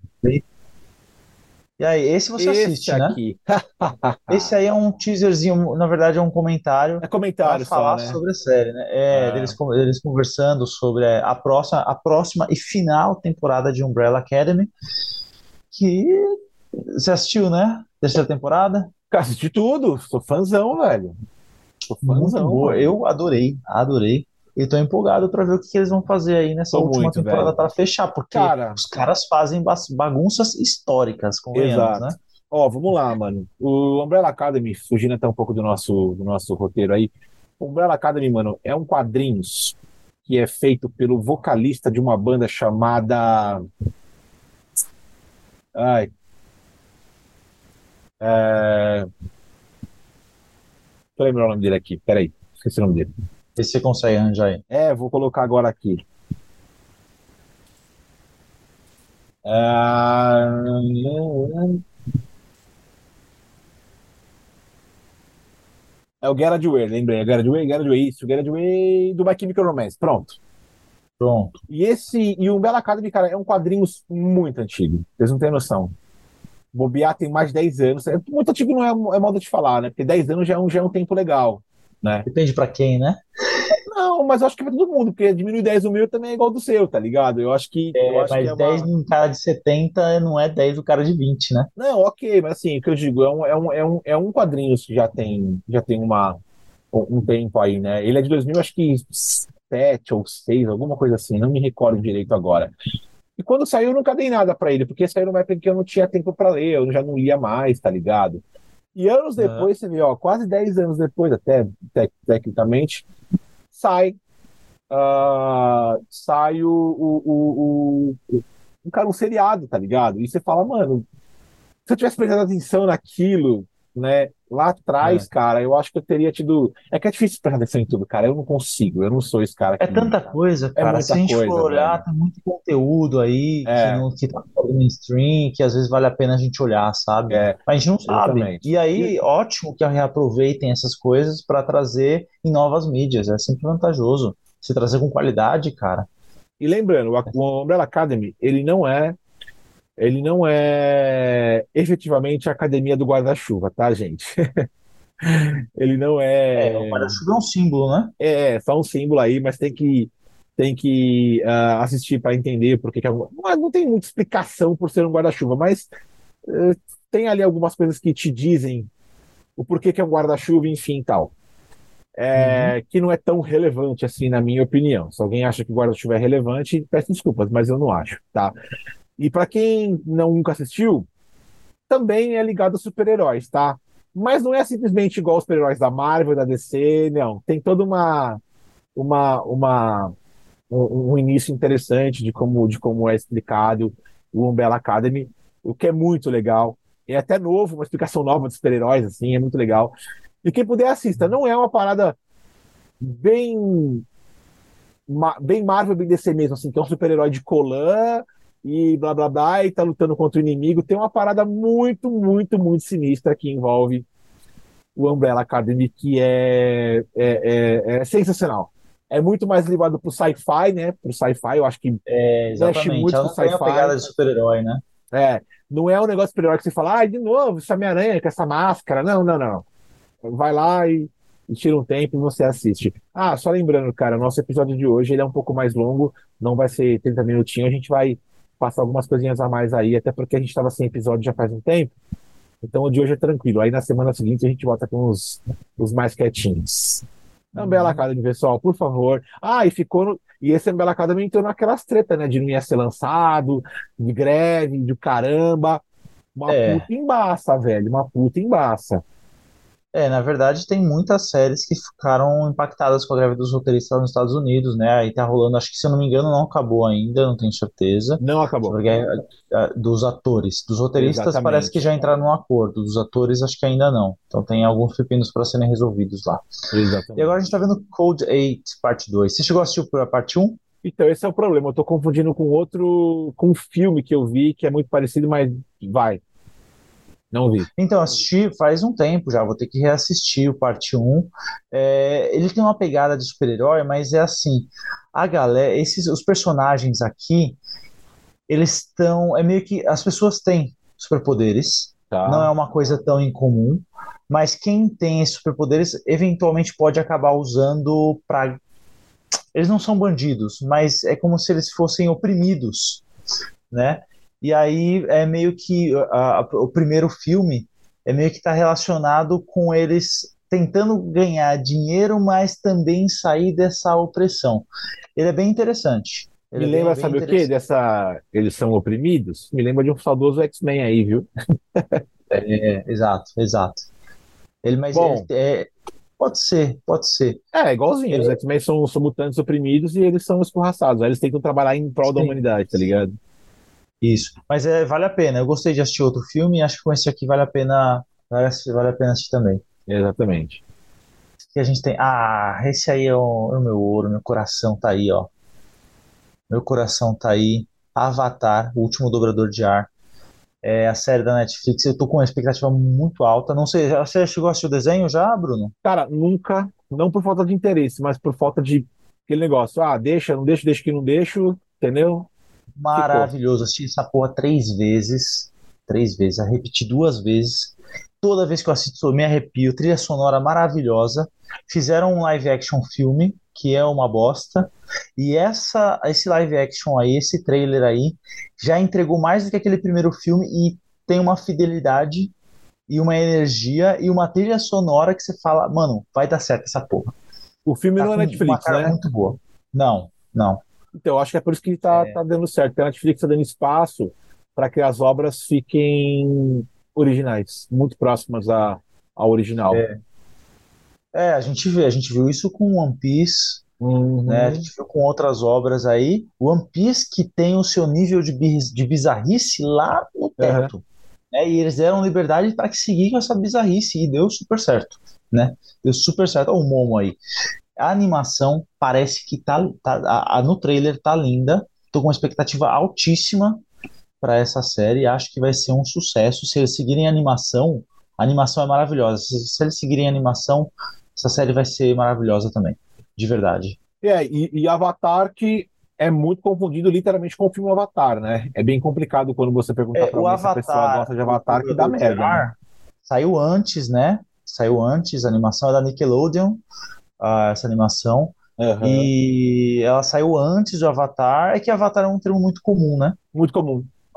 B: E aí, esse você
A: esse
B: assiste, né?
A: aqui.
B: Esse aí é um teaserzinho, na verdade é um comentário
A: É
B: para
A: comentário só,
B: falar
A: né?
B: sobre a série, né? É,
A: É.
B: deles, con- eles conversando sobre é, a próxima, a próxima e final temporada de Umbrella Academy, que você assistiu, né? Terceira temporada,
A: Cara, assisti tudo. Sou fãzão, velho. Sou
B: muito
A: fãzão,
B: boa.
A: mano.
B: Eu adorei, adorei. E tô empolgado para ver o que, que eles vão fazer aí nessa
A: Tô
B: última
A: muito,
B: temporada
A: velho.
B: para fechar, porque
A: Cara,
B: os caras fazem bas- bagunças históricas, convenhamos,
A: exato.
B: né?
A: Ó, vamos lá, mano. O Umbrella Academy, fugindo até um pouco do nosso, do nosso roteiro aí. O Umbrella Academy, mano, é um quadrinhos que é feito pelo vocalista de uma banda chamada. Ai, é... deixa eu lembrar o nome dele aqui. Peraí, esqueci o nome dele.
B: Vê se você consegue arranjar aí.
A: É, vou colocar agora aqui. É, é o Gerard Way, lembrei. É Gerard Way, Gerard Way, isso. Gerard Way do My Chemical Romance. Pronto.
B: Pronto.
A: E esse, e o Umbrella Academy, cara, é um quadrinho muito antigo. Vocês não têm noção. Bobear tem mais de dez anos. É, muito antigo não é, é modo de falar, né? Porque dez anos já é um, já é um tempo legal, né?
B: Depende para quem, né?
A: Não, mas eu acho que é pra todo mundo, porque diminuir dez o meu também é igual do seu, tá ligado? Eu acho que, eu
B: É,
A: acho que é
B: mas dez
A: uma.
B: num cara de setenta não é dez do cara de vinte, né?
A: Não, ok, mas assim, o que eu digo, é um, é um, é um, é um quadrinho que já tem, já tem uma, um tempo aí, né? Ele é de dois mil, acho que sete ou seis, alguma coisa assim, não me recordo direito agora. E quando saiu, eu nunca dei nada pra ele, porque saiu numa época que eu não tinha tempo pra ler, eu já não lia mais, tá ligado? E anos
B: Aham.
A: depois, você vê, ó, quase dez anos depois, até tec- tecnicamente, sai, ah, sai o, o, o, o, um cara, um seriado, tá ligado? E você fala, mano, se eu tivesse prestado atenção naquilo, né, lá atrás,
B: É.
A: cara, eu acho que eu teria tido. É que é difícil prestar atenção em tudo, cara. Eu não consigo, eu não sou esse cara
B: É
A: que.
B: tanta coisa,
A: É
B: cara. Se
A: muita
B: a gente for
A: coisa,
B: olhar,
A: velho.
B: tem muito conteúdo aí que
A: É,
B: não que tá no mainstream, que às vezes vale a pena a gente olhar, sabe?
A: é,
B: Mas a gente não sabe.
A: exatamente.
B: E
A: E,
B: aí, ótimo que reaproveitem essas coisas para trazer em novas mídias. É sempre vantajoso. Se trazer com qualidade, cara.
A: e lembrando, o, o Umbrella Academy, ele não é. Ele não é efetivamente a academia do guarda-chuva, tá, gente? Ele não
B: É, o
A: é.
B: guarda-chuva é um símbolo, né?
A: É, é só um símbolo aí, mas tem que, tem que ah, assistir para entender porque que é, não, é- não tem muita explicação por ser um guarda-chuva, mas eh, tem ali algumas coisas que te dizem o porquê que é um guarda-chuva, enfim e tal.
B: Uhum.
A: É, que não é tão relevante assim, na minha opinião. Se alguém acha que o guarda-chuva é relevante, peço desculpas, mas eu não acho, tá? E para quem não nunca assistiu, também é ligado a super-heróis, tá? Mas não é simplesmente igual os super-heróis da Marvel, da D C, não. Tem toda uma, uma, uma um, um início interessante de como, de como é explicado o Umbrella Academy, o que é muito legal. É até novo, uma explicação nova de super-heróis, assim, é muito legal. E quem puder assista, não é uma parada bem, ma- bem Marvel, bem D C mesmo, assim, que é um super-herói de colã e blá blá blá, e tá lutando contra o inimigo. Tem uma parada muito, muito, muito sinistra que envolve o Umbrella Academy, que é, é, é, é sensacional. É muito mais levado pro sci-fi, né? Pro sci-fi, eu acho que
B: É,
A: mexe
B: exatamente.
A: muito
B: Ela
A: com
B: não tem a pegada
A: sci-fi.
B: de super-herói, né?
A: É, não é um negócio super-herói que você fala, ah, de novo, essa Homem-Aranha com essa máscara. Não, não, não. Vai lá e, e tira um tempo e você assiste. Ah, só lembrando, cara, nosso episódio de hoje ele é um pouco mais longo, não vai ser trinta minutinhos, a gente vai passar algumas coisinhas a mais aí, até porque a gente estava sem episódio já faz um tempo, então o de hoje é tranquilo. Aí na semana seguinte a gente volta com os, os mais quietinhos. Umbrella
B: Uhum.
A: Academy, pessoal, por favor. Ah, e ficou. No... E esse Umbrella Academy entrou naquelas tretas, né? De não ia ser lançado, de greve, de caramba. Uma
B: É,
A: puta embaça, velho. Uma puta embaça.
B: é, na verdade tem muitas séries que ficaram impactadas com a greve dos roteiristas nos Estados Unidos, né? Aí tá rolando, acho que se eu não me engano não acabou ainda, não tenho certeza,
A: Não acabou.
B: sobre a guerra ah, dos atores. Dos roteiristas parece que
A: Exatamente.
B: já entraram num acordo, dos atores acho que ainda não. Então tem alguns pepinos para serem resolvidos lá. E agora a gente tá
A: Exatamente.
B: vendo Code oito, parte dois. Você chegou a assistir a parte um?
A: Então, esse é o problema. Eu tô confundindo com outro. Com um filme que eu vi que é muito parecido, mas vai. Não vi.
B: Então, assisti faz um tempo já, vou ter que reassistir o parte um. É, ele tem uma pegada de super-herói, mas é assim, a galera, esses, os personagens aqui, eles estão, é meio que, as pessoas têm superpoderes, não é
A: Tá.
B: uma coisa tão incomum, mas quem tem esses superpoderes, eventualmente pode acabar usando para, eles não são bandidos, mas é como se eles fossem oprimidos, né? E aí é meio que a- a- o primeiro filme é meio que está relacionado com eles tentando ganhar dinheiro, mas também sair dessa opressão. Ele é bem interessante. Ele
A: Me
B: é bem,
A: lembra,
B: bem
A: sabe o quê?
B: interessante.
A: Dessa. Eles são oprimidos? Me lembra de um saudoso X-Men aí, viu?
B: É, exato, exato. Ele, mas ele
A: Bom,
B: é, pode ser, pode ser.
A: é, igualzinho. Os X-Men são, são mutantes oprimidos e eles são escorraçados. Aí eles tentam trabalhar em prol da
B: Sim,
A: humanidade, tá ligado?
B: isso. Mas é, vale a pena. Eu gostei de assistir outro filme e acho que com esse aqui vale a pena, vale, vale a pena assistir também.
A: Exatamente.
B: Que a gente tem. Ah, esse aí é o, é o meu ouro, meu coração tá aí, ó. Meu coração tá aí. Avatar, o último dobrador de ar. É a série da Netflix. Eu tô com uma expectativa muito alta. Não sei, já- você chegou a assistir o desenho já, Bruno?
A: Cara, nunca, não por falta de interesse, mas por falta de aquele negócio. Ah, deixa, não deixa, deixa que não deixo, entendeu? Ficou.
B: Maravilhoso. Assisti essa porra três vezes. Três vezes. Eu repeti duas vezes. Toda vez que eu assisto, eu me arrepio. Trilha sonora maravilhosa. Fizeram um live action filme, que é uma bosta. E essa, esse live action aí, esse trailer aí, já entregou mais do que aquele primeiro filme e tem uma fidelidade e uma energia e uma trilha sonora que você fala, mano, vai dar certo essa porra.
A: O filme
B: Tá
A: não é
B: com uma
A: Netflix,
B: cara
A: né?
B: muito boa. Não, não.
A: Então, eu acho que é por isso que tá, tá dando certo, porque a Netflix tá dando espaço para que as obras fiquem originais, muito próximas à, à original.
B: É, é, a gente vê, a gente viu isso com One Piece, né? A
A: Uhum,
B: gente viu com outras obras aí. One Piece que tem o seu nível de, biz- de bizarrice lá no
A: aham.
B: teto, né? E eles deram liberdade para que seguir com essa bizarrice e deu super certo, né? Deu super certo. Olha o Momo aí. A animação parece que tá, tá a, a- no trailer tá linda. Tô com uma expectativa altíssima para essa série. Acho que vai ser um sucesso. Se eles seguirem a animação, a animação é maravilhosa. Se, se eles seguirem a animação, essa série vai ser maravilhosa também, de verdade.
A: É, e, e Avatar que é muito confundido literalmente com o filme Avatar, né? É bem complicado quando você perguntar
B: É,
A: para
B: o
A: alguém se a pessoa
B: Avatar,
A: gosta de
B: o
A: Avatar que dá
B: Dobrador de
A: merda, né?
B: Ar, saiu antes, né? Saiu antes, a animação é da Nickelodeon, ah, essa animação.
A: Aham.
B: E ela saiu antes do Avatar. É que Avatar é um termo muito comum, né?
A: Muito comum.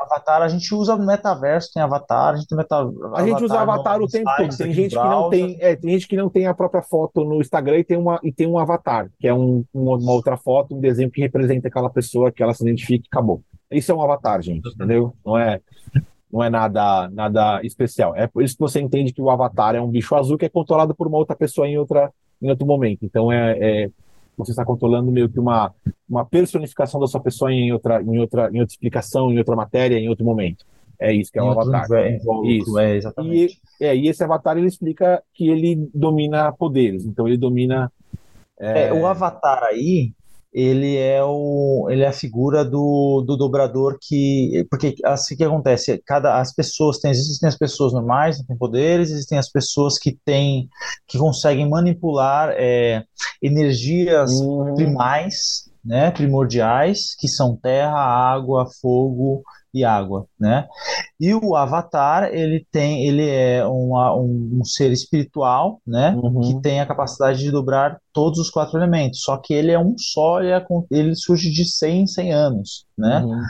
B: Avatar, a gente usa metaverso, tem Avatar, a gente tem meta,
A: A gente usa
B: Avatar
A: Avatar
B: no,
A: o
B: no
A: tempo todo.
B: site,
A: Tem
B: aqui no
A: gente que não
B: browser.
A: tem, é, tem gente que não tem a própria foto no Instagram e tem uma, e tem um avatar, que é um, um- uma outra foto, um desenho que representa aquela pessoa que ela se identifica e acabou. Isso é um avatar, gente, entendeu? Não é, não é nada, nada especial. É por isso que você entende que o avatar é um bicho azul que é controlado por uma outra pessoa em outra, em outro momento. Então é, é- você está controlando meio que uma, uma personificação da sua pessoa em outra, em outra, em outra explicação, em outra matéria, em outro momento. É isso que é
B: Em
A: o
B: outro
A: avatar.
B: inv- invólucro,
A: Isso.
B: é,
A: E,
B: exatamente.
A: é, e esse avatar ele explica que ele domina poderes. Então ele domina.
B: É, o Avatar aí, ele é o, ele é a figura do, do dobrador que, porque assim que acontece, cada as pessoas têm, existem as pessoas normais, que têm poderes, existem as pessoas que têm, que conseguem manipular é, energias
A: Uhum,
B: primais, né, primordiais, que são terra, água, fogo e água, né? E o Avatar, ele tem, ele é uma, um, um ser espiritual, né? Que
A: uhum,
B: tem a capacidade de dobrar todos os quatro elementos. Só que ele é um só, ele, é, ele surge de cem em cem anos, né?
A: uhum.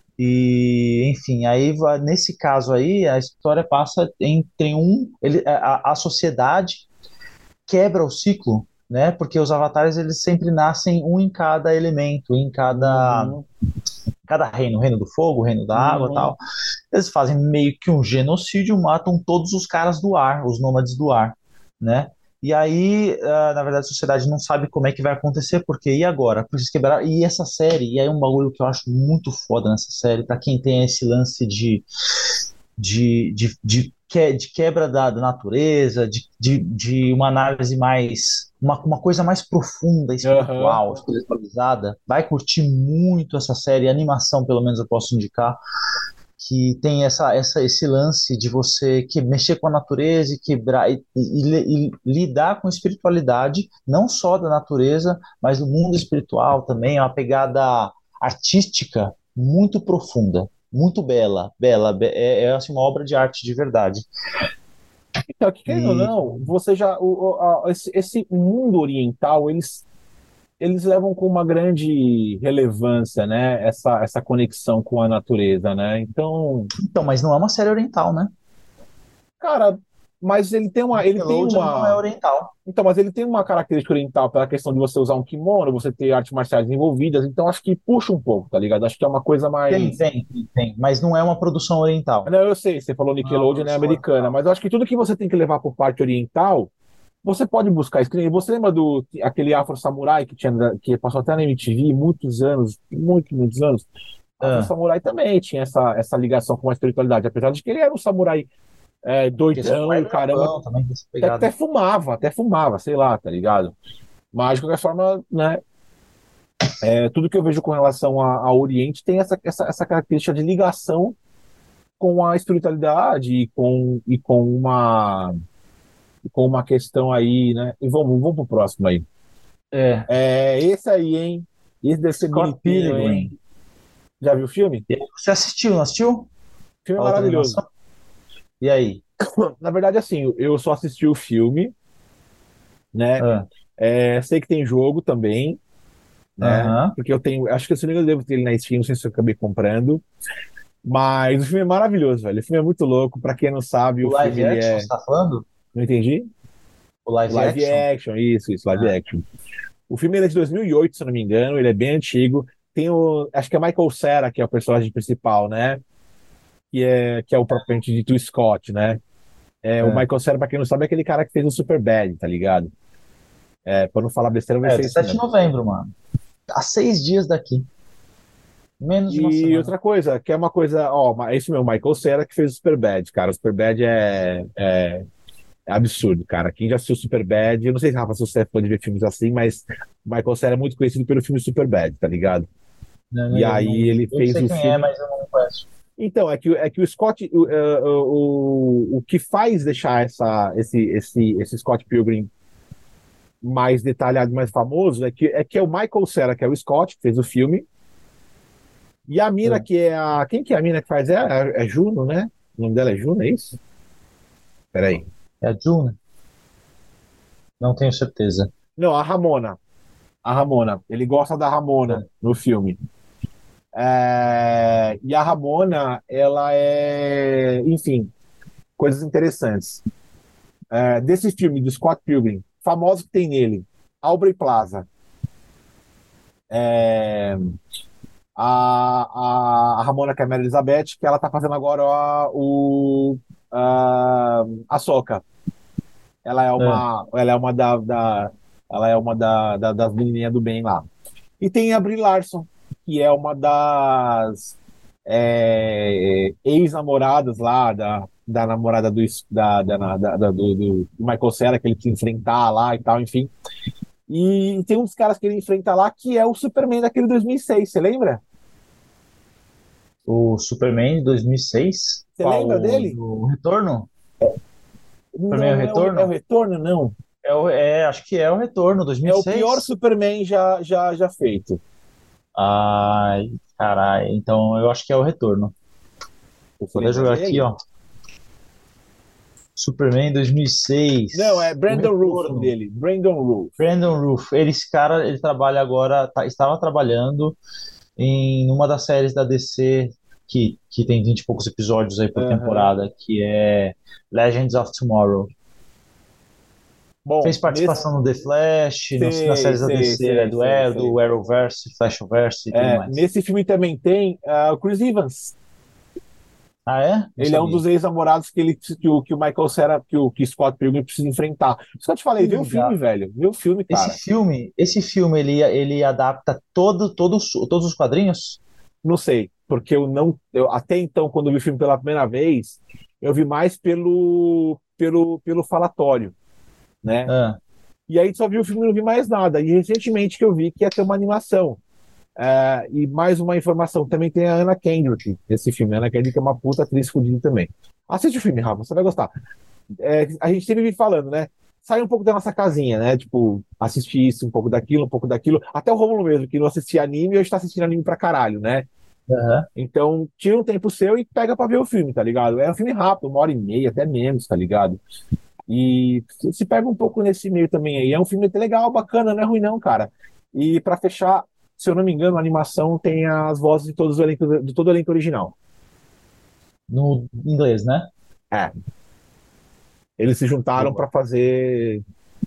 B: E, enfim, aí va- nesse caso aí, a história passa entre um, ele, a, a sociedade quebra o ciclo, né? Porque os avatares eles sempre nascem um em cada elemento, em cada
A: Uhum,
B: cada reino, o reino do fogo, o reino da água,
A: uhum.
B: tal. Eles fazem meio que um genocídio, matam todos os caras do ar, os nômades do ar, né? E aí, uh, na verdade, a sociedade não sabe como é que vai acontecer, porque e agora? Precisa quebrar. E essa série, e aí um bagulho que eu acho muito foda nessa série, para quem tem esse lance de de, de, de, que, de quebra da, da natureza, de, de, de uma análise mais, uma, uma coisa mais profunda,
A: Aham.
B: espiritual, espiritualizada, vai curtir muito essa série, a animação, pelo menos eu posso indicar, que tem essa, essa, esse lance de você que mexer com a natureza e quebrar e, e, e lidar com a espiritualidade, não só da natureza, mas do mundo espiritual também, é uma pegada artística muito profunda, muito bela, bela, be- é, é assim, uma obra de arte de verdade.
A: Então, que querendo ou
B: E
A: não, você já. O, o- a- esse, esse mundo oriental, eles, eles levam com uma grande relevância, né? Essa, essa conexão com a natureza, né? Então,
B: então, mas não é uma série oriental, né?
A: cara, mas ele tem uma, ele tem
B: Nickelodeon não é
A: uma,
B: oriental.
A: então, mas ele tem uma característica oriental pela questão de você usar um kimono, você ter artes marciais envolvidas, então acho que puxa um pouco, tá ligado? Acho que é uma coisa
B: Tem,
A: mais.
B: tem, tem, tem, mas não é uma produção oriental.
A: Não, eu sei, você falou
B: Não é uma
A: Nickelodeon, é
B: produção
A: americana,
B: oriental.
A: mas eu acho que tudo que você tem que levar para parte oriental, você pode buscar screen. Você lembra do aquele Afro Samurai que tinha, que passou até na M T V muitos anos, muitos, muitos anos? Afro
B: Ah,
A: Samurai também tinha essa, essa ligação com a espiritualidade, apesar de que ele era um samurai é,
B: que esse
A: doidão
B: pai
A: e
B: é
A: o
B: do
A: caramba,
B: Japão também, tem essa
A: até, até
B: pegada.
A: fumava, até fumava, sei lá, tá ligado? Mas de qualquer forma, né? É, tudo que eu vejo com relação a- ao Oriente tem essa, essa, essa característica de ligação com a espiritualidade e com, e com uma e com uma questão aí, né? E vamos, vamos pro próximo aí.
B: É,
A: É esse aí, hein? Esse deve ser
B: Scott
A: bonitinho, hein?
B: Pilgrim.
A: Já viu o filme?
B: E aí, você assistiu, não assistiu?
A: O filme é
B: A outra
A: maravilhoso.
B: animação? E aí?
A: Na verdade, assim, eu só assisti o filme, né?
B: Ah,
A: É, sei que tem jogo também, né?
B: aham.
A: Porque eu tenho, acho que se não me engano, eu devo ter ele na Steam, não sei se eu acabei comprando. Mas o filme é maravilhoso, velho. O filme é muito louco. Pra quem não sabe,
B: O
A: o filme
B: live
A: ele
B: action,
A: é.
B: você tá falando?
A: Não entendi?
B: O
A: O
B: live
A: live
B: action?
A: action, isso, isso, live
B: Ah,
A: action. O filme ele é de dois mil e oito, se eu não me engano, ele é bem antigo. Tem o, acho que é Michael Cera, que é o personagem principal, né? Que é, que é o propriamente dito Scott, né? É, o
B: é.
A: Michael Cera, pra quem não sabe, é aquele cara que fez o Superbad, tá ligado? É, pra não falar besteira, vai
B: É,
A: ser isso
B: dezessete de
A: mesmo.
B: novembro, mano. Há seis dias daqui. Menos de uma
A: E
B: semana.
A: outra coisa, que é uma coisa, ó, é isso mesmo, Michael Cera que fez o Superbad, cara. O Superbad é, é, é absurdo, cara. Quem já assistiu Superbad, eu não sei, Rafa, se você é fã de ver filmes assim, mas o Michael Cera é muito conhecido pelo filme Superbad, tá ligado?
B: Não, não,
A: E
B: eu,
A: aí
B: não,
A: ele
B: eu
A: fez
B: sei
A: o
B: quem é,
A: filme.
B: mas eu não conheço.
A: Então, é que, é que o Scott, o, é, o, o que faz deixar essa, esse, esse, esse Scott Pilgrim mais detalhado, mais famoso, é que, é que é o Michael Cera, que é o Scott, que fez o filme, e a mina
B: É,
A: que é a. Quem que é a mina que faz? É, é Juno, né? O nome dela é Juno, é isso? Peraí.
B: é a June? Não tenho certeza.
A: Não, a Ramona. A Ramona. Ele gosta da Ramona
B: É.
A: no filme. É, e a Ramona, ela é, enfim, coisas interessantes. É, desse filme, do Scott Pilgrim, famoso que tem nele, Aubrey Plaza, é, a, a, a Ramona Cameron Elizabeth, que ela tá fazendo agora a, o, a, a Soca. Ela é
B: É.
A: uma, ela é uma da, da ela é uma da, da- das menininhas do bem lá. E tem a Brie Larson, que é uma das é, ex-namoradas lá, da, da namorada do, da, da, da- da- do, do Michael Cera, que ele quer enfrentar lá e tal, enfim. E tem uns caras que ele enfrenta lá, que é o Superman daquele dois mil e seis, você lembra?
B: O Superman de dois mil e seis,
A: Você
B: qual
A: lembra
B: o
A: dele?
B: do Retorno? Superman
A: Não,
B: o
A: não é o, é o
B: Retorno?
A: Retorno, não.
B: É, o- é, acho que é o Retorno,
A: É o pior
B: dois mil e seis.
A: Superman já, já, já feito.
B: Ai, caralho. Então eu acho que é o Retorno.
A: Você
B: Vou até
A: lembra
B: jogar aqui,
A: dele?
B: ó. Superman dois mil e
A: Não, é
B: seis. O
A: Brandon Routh
B: Retorno.
A: dele. Brandon Routh.
B: Brandon Routh. Ele, esse cara, ele trabalha agora, tá- estava trabalhando em uma das séries da D C que, que tem vinte e poucos episódios aí por
A: Aham.
B: temporada, que é Legends of Tomorrow.
A: Bom,
B: Fez
A: nesse.
B: participação no The Flash, no, nas
A: Sei,
B: séries da
A: sei,
B: D C, né,
A: sei,
B: do
A: sei,
B: Arrow,
A: sei.
B: do Arrowverse, Flashverse e tudo
A: É,
B: mais.
A: nesse filme também tem ah, o Chris Evans.
B: Ah, é? Não
A: Ele é um
B: sabia.
A: dos ex-namorados que, ele, que, o, que o Michael Cera, que o que Scott Pilgrim precisa enfrentar. Isso que eu te
B: Que
A: falei, vê o filme,
B: legal.
A: velho. Vê o filme,
B: Esse
A: cara.
B: filme, esse filme ele, ele adapta todo, todos, todos os quadrinhos?
A: Não sei, porque eu não. Eu, até então, quando eu vi o filme pela primeira vez, eu vi mais pelo, pelo, pelo falatório, né?
B: Ah,
A: E aí só vi o filme e não vi mais nada. E recentemente que eu vi que ia ter uma animação. É, e mais uma informação, também tem a Anna Kendrick nesse filme. A Anna Kendrick é uma puta atriz fodida também. Assiste o filme, Rafa, você vai gostar. É, a gente sempre vive falando, né? Sai um pouco da nossa casinha, né? Tipo, assistir isso, um pouco daquilo, um pouco daquilo. Até o Romulo mesmo, que não assistia anime, hoje tá assistindo anime pra caralho, né?
B: aham.
A: Então, tira um tempo seu e pega pra ver o filme, tá ligado? É um filme rápido, uma hora e meia, até menos, tá ligado? E se pega um pouco nesse meio também aí. É um filme até legal, bacana, não é ruim não, cara. E pra fechar, se eu não me engano, a animação tem as vozes de todos os elenco, de todo o elenco original.
B: No inglês, né?
A: É, eles se juntaram
B: Boa.
A: pra fazer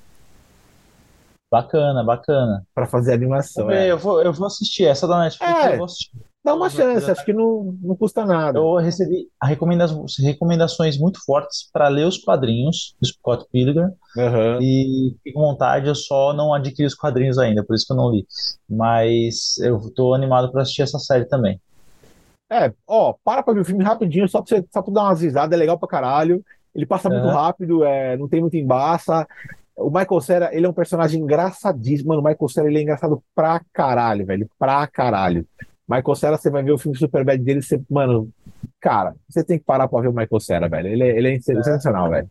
B: Bacana, bacana.
A: para fazer a
B: Vou
A: animação,
B: ver,
A: é.
B: eu vou, eu vou assistir. Essa da Netflix eu
A: É,
B: vou assistir.
A: dá uma
B: Ela já,
A: chance,
B: já
A: acho
B: tá.
A: que não, não custa nada.
B: Eu recebi a recomenda- recomendações muito fortes para ler os quadrinhos do Scott Pilgrim
A: Aham.
B: e fiquei com vontade, eu só não adquiri os quadrinhos ainda, por isso que eu não li. Mas eu tô animado para assistir essa série também.
A: É, ó, para pra ver o filme rapidinho, só pra você, só pra dar umas risadas, é legal pra caralho. Ele passa muito
B: Aham.
A: rápido, é, não tem muito embaça. O Michael Cera, ele é um personagem engraçadíssimo. Mano, o Michael Cera, ele é engraçado pra caralho, velho. Pra caralho. Michael Cera, você vai ver o filme Superbad dele, você, mano, cara, você tem que parar pra ver o Michael Cera, velho. Ele é, ele é sensacional, velho.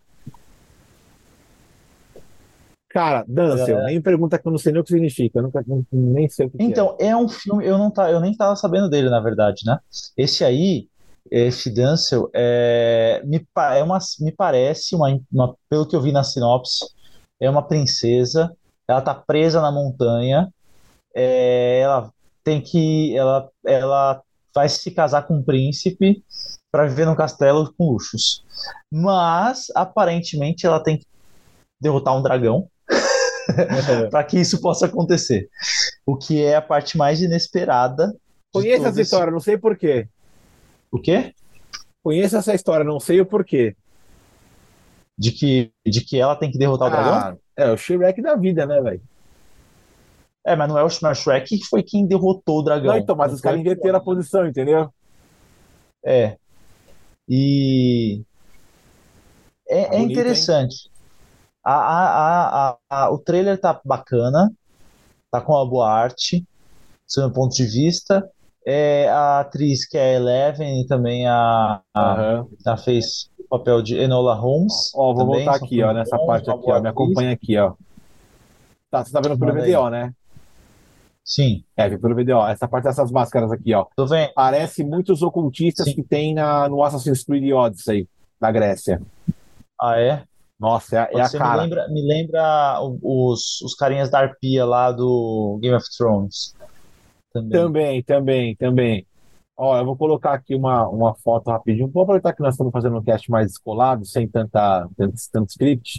A: Cara,
B: A
A: Dancel,
B: galera-
A: nem me pergunta que eu não sei nem o que significa. Eu nunca, não- nem sei o que que é.
B: Então, é um filme, eu não tá, eu nem tava sabendo dele, na verdade, né? Esse aí, esse Denzel, é, me, pa- é uma, me parece, uma, uma- pelo que eu vi na sinopse, é uma princesa, ela tá presa na montanha, é, ela tem que, ela, ela vai se casar com um príncipe para viver num castelo com luxos. Mas, aparentemente, ela tem que derrotar um dragão para que isso possa acontecer. O que é a parte mais inesperada de
A: Conheço
B: todo
A: essa
B: esse.
A: história, não sei por quê.
B: O quê?
A: Conheço essa história, não sei o porquê.
B: De que, de que ela tem que derrotar o dragão?
A: Ah, é o Shrek da vida, né, velho?
B: É, mas não é o Shrek que foi quem derrotou o
A: Não,
B: dragão.
A: então, mas
B: Não
A: os caras
B: foi?
A: inverteram a posição, entendeu?
B: É. E
A: Tá
B: é, é
A: bonito, hein?
B: interessante. A, a, a, a, o trailer tá bacana, tá com uma boa arte, do meu ponto de vista. É, a atriz que é a Eleven e também a, a,
A: Aham.
B: a fez o papel de Enola Holmes
A: Ó, vou
B: também,
A: voltar
B: são
A: aqui, ó,
B: todos
A: nessa
B: bons,
A: parte
B: uma
A: aqui,
B: boa
A: ó. Me
B: atriz.
A: acompanha aqui, ó. Tá, você tá vendo pelo
B: Manda aí.
A: V D O, né?
B: Sim,
A: É, vem pelo V D O. Essa parte dessas máscaras aqui, ó.
B: tô vendo.
A: Parece muitos ocultistas
B: Sim.
A: que tem na, no Assassin's Creed Odyssey, da Grécia.
B: Ah, é?
A: Nossa, é, a- é
B: Pode
A: a
B: ser, me
A: cara.
B: lembra, me lembra o- os, os carinhas da arpia lá do Game of Thrones também.
A: Também, também, também. Ó, eu vou colocar aqui uma, uma foto rapidinho. Vou aproveitar que nós estamos fazendo um cast mais descolado, sem tanta, tanto, tanto script,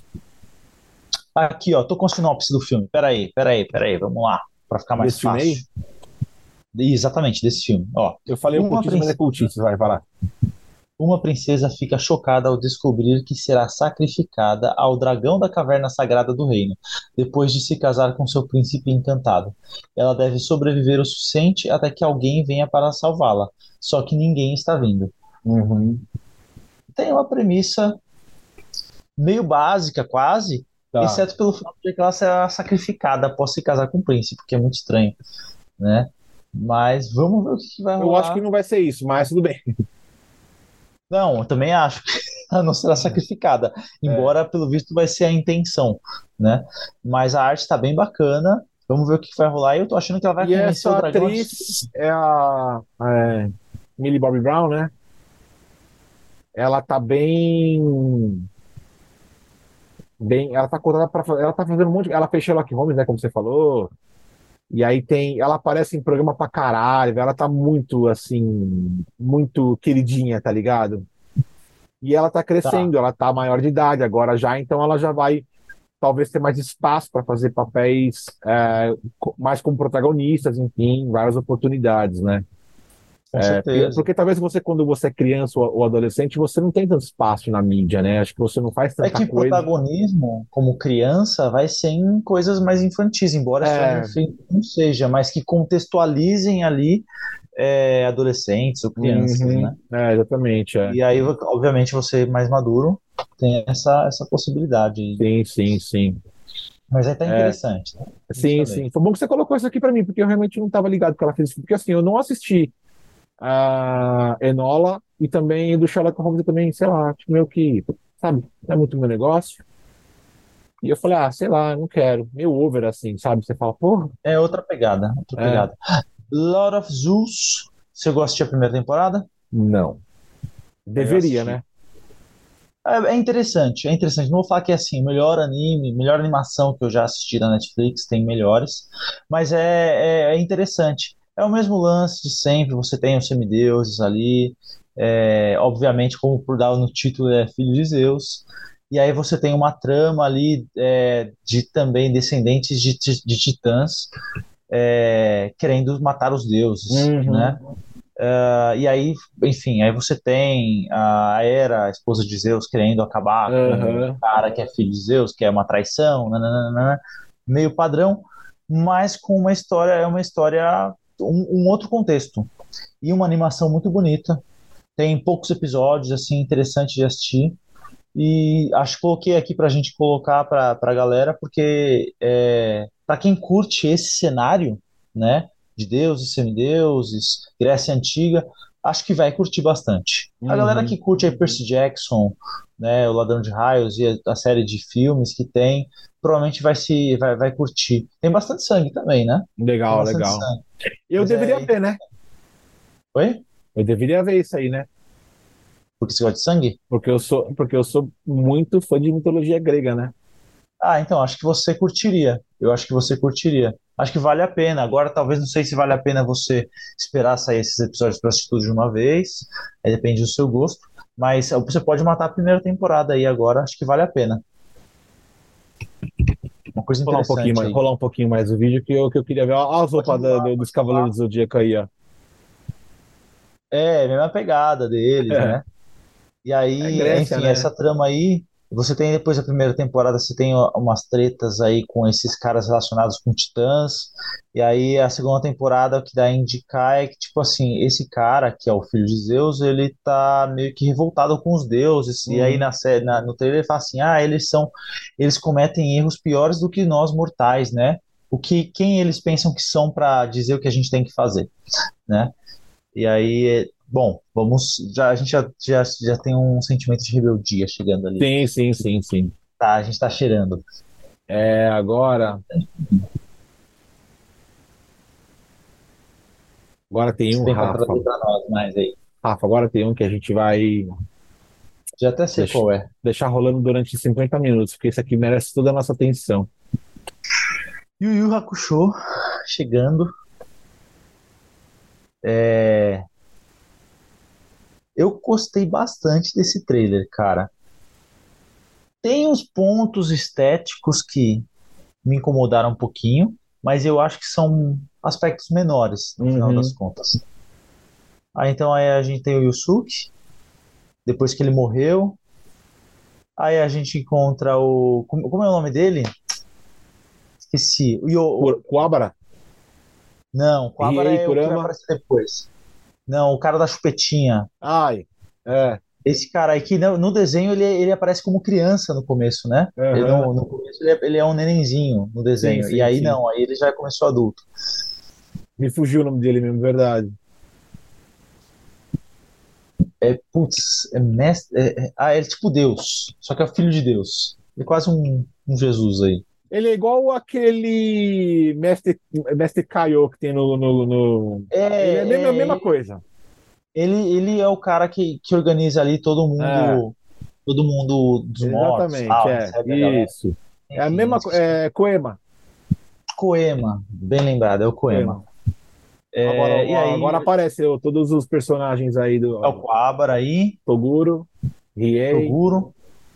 B: Aqui, ó, tô com a sinopse do filme. Peraí, peraí, peraí, vamos lá, para ficar mais
A: desse filme aí.
B: fácil. Exatamente, desse filme. Ó,
A: Eu falei
B: uma
A: ocultismo, mas é
B: princesa,
A: cultista, vai falar.
B: uma princesa fica chocada ao descobrir que será sacrificada ao dragão da caverna sagrada do reino, depois de se casar com seu príncipe encantado. Ela deve sobreviver o suficiente até que alguém venha para salvá-la, só que ninguém está vindo.
A: Uhum,
B: Tem uma premissa meio básica, quase,
A: tá.
B: exceto pelo fato de que ela será sacrificada após se casar com o príncipe, que é muito estranho, né? Mas vamos ver o que que vai
A: Eu acho que
B: rolar.
A: não vai ser isso, mas tudo bem.
B: Não, eu também acho que ela não será sacrificada,
A: É.
B: embora pelo visto vai ser a intenção, né? Mas a arte está bem bacana. Vamos ver o que que vai rolar. E eu tô achando que ela vai
A: E
B: convencer o
A: essa
B: dragão a
A: atriz
B: destruir.
A: é a é, Millie Bobby Brown, né? Ela tá bem, bem, ela tá contada para, ela tá fazendo um monte, ela fez Sherlock Holmes, né, como você falou. E aí tem, ela aparece em programa pra caralho, ela tá muito assim, muito queridinha, tá ligado? E ela tá
B: Tá.
A: crescendo, ela tá maior de idade agora já, então ela já vai talvez ter mais espaço para fazer papéis é, co- mais como protagonistas, enfim, várias oportunidades, né?
B: Com
A: Porque,
B: certeza.
A: porque talvez você, quando você é criança ou, ou adolescente, você não tem tanto espaço na mídia, né? Acho que você não faz
B: É
A: tanta
B: que o
A: coisa.
B: protagonismo, como criança, vai ser em coisas mais infantis, embora Stranger
A: É,
B: Things não seja, mas que contextualizem ali é, adolescentes ou crianças,
A: uhum,
B: né?
A: é, exatamente, é.
B: E aí, obviamente, você mais maduro tem essa, essa possibilidade aí.
A: Sim, sim, sim.
B: Mas aí tá
A: É,
B: interessante, né? Vamos
A: sim,
B: saber.
A: sim. Foi bom que você colocou isso aqui para mim, porque eu realmente não estava ligado que ela fez isso. Porque assim, eu não assisti a Enola e também do Sherlock Holmes eu também, sei lá, tipo, meio que, sabe, não é muito meu negócio. E eu falei, ah, sei lá, não quero. Meio over assim, sabe? Você fala, porra,
B: É outra pegada, outra
A: é,
B: pegada. Lord of Zeus, você gosta de assistir a primeira temporada?
A: não.
B: Aí eu
A: Deveria,
B: assisti.
A: né?
B: É, é interessante, é interessante. Não vou falar que é assim, o melhor anime, melhor animação que eu já assisti na Netflix, tem melhores, mas é, é, é interessante. É o mesmo lance de sempre, você tem os semideuses ali, é, obviamente, como por dar no título, é filho de Zeus, e aí você tem uma trama ali é, de também descendentes de, ti- de titãs é, querendo matar os deuses, né?
A: Uhum,
B: Ah, e aí, enfim, aí você tem a Hera, a esposa de Zeus, querendo acabar com o
A: aham,
B: cara que é filho de Zeus, que é uma traição, nananana, meio padrão, mas com uma história, é uma história, um, um outro contexto. E uma animação muito bonita. Tem poucos episódios, assim, interessante de assistir. E acho que coloquei aqui para a gente colocar para a galera, porque é, para quem curte esse cenário, né, de deuses, semideuses, Grécia Antiga, acho que vai curtir bastante. A galera que
A: uhum.
B: curte aí Percy Jackson, né, o Ladrão de Raios e a, a série de filmes que tem, provavelmente vai se vai, vai curtir. Tem bastante sangue também, né? Tem
A: Legal,
B: bastante
A: legal.
B: sangue.
A: Eu
B: Mas
A: deveria
B: é
A: ver, né?
B: interessante. Oi?
A: Eu deveria ver isso aí, né?
B: Porque você gosta de sangue?
A: Porque eu sou, porque eu sou muito fã de mitologia grega, né?
B: Ah, então, acho que você curtiria. Eu acho que você curtiria. Acho que vale a pena. Agora, talvez não sei se vale a pena você esperar sair esses episódios para assistir tudo de uma vez. Aí depende do seu gosto. Mas você pode matar a primeira temporada aí agora. Acho que vale a pena. Uma coisa
A: Rolar um pouquinho
B: interessante
A: mais,
B: aí.
A: rolar um pouquinho mais o vídeo que eu, que eu queria ver. Olha as
B: Pode
A: roupas da-
B: rolar,
A: do- dos
B: pode rolar.
A: Cavaleiros do Zodíaco aí, ó.
B: É, a mesma pegada deles, né? E
A: É
B: aí,
A: Grécia,
B: enfim,
A: né?
B: essa trama aí, você tem depois da primeira temporada, você tem ó, umas tretas aí com esses caras relacionados com titãs. E aí a segunda temporada o que dá a indicar é que, tipo assim, esse cara, que é o filho de Zeus, ele tá meio que revoltado com os deuses. E aí
A: Uhum.
B: na série, na- no trailer ele fala assim: "Ah, eles são eles cometem erros piores do que nós mortais, né? O que quem eles pensam que são para dizer o que a gente tem que fazer, né?" E aí, bom, vamos. Já, a gente já, já, já tem um sentimento de rebeldia chegando ali.
A: Sim, sim, sim, sim.
B: Tá, a gente tá cheirando.
A: É, agora, agora tem
B: Você
A: um,
B: tem para
A: Rafa.
B: trazer para nós mais aí?
A: Rafa, agora tem um que a gente vai
B: Já até sei
A: deix-
B: qual é.
A: deixar rolando durante cinquenta minutos, porque esse aqui merece toda a nossa atenção.
B: Yu Yu Hakusho chegando. É, eu gostei bastante desse trailer, cara. Tem uns pontos estéticos que me incomodaram um pouquinho, mas eu acho que são aspectos menores, no final das
A: Uhum.
B: contas. Aí então aí a gente tem o Yusuke, depois que ele morreu. Aí a gente encontra o. Como, como é o nome dele? Esqueci. O, Yo- o-
A: Ku- Kuwabara,
B: não, o Quabara
A: Riei,
B: é o que vai
A: Kurama.
B: aparecer depois. Não, o cara da chupetinha.
A: Ai, é.
B: Esse cara aí que no, no desenho ele, ele aparece como criança no começo, né? Ele
A: Aham.
B: no, no começo ele é, ele é um nenenzinho no
A: Sim,
B: desenho. E
A: sim,
B: aí
A: sim.
B: não, aí ele já começou adulto.
A: Me fugiu o nome dele mesmo, verdade.
B: É, putz, é mestre. É- é- ah, ele é tipo Deus, só que é o filho de Deus. Ele é quase um, um Jesus aí.
A: Ele é igual aquele Mestre, Mestre Kaiô que tem no, no, no-
B: É,
A: Ele é a mesma, a
B: é,
A: mesma
B: ele,
A: coisa.
B: ele, ele é o cara que, que organiza ali todo
A: É,
B: mundo, todo mundo dos mortos,
A: exatamente,
B: tal,
A: é.
B: recebe a galera.
A: Isso. É a
B: Enfim,
A: mesma
B: esqueci.
A: coisa. É Koema.
B: Koema, bem lembrado, é o Koema.
A: Koema. Agora,
B: É, e
A: ó, agora
B: aí,
A: apareceu todos os personagens aí do
B: é o
A: ó,
B: Coabra aí,
A: Toguro, Riei.
B: Toguro.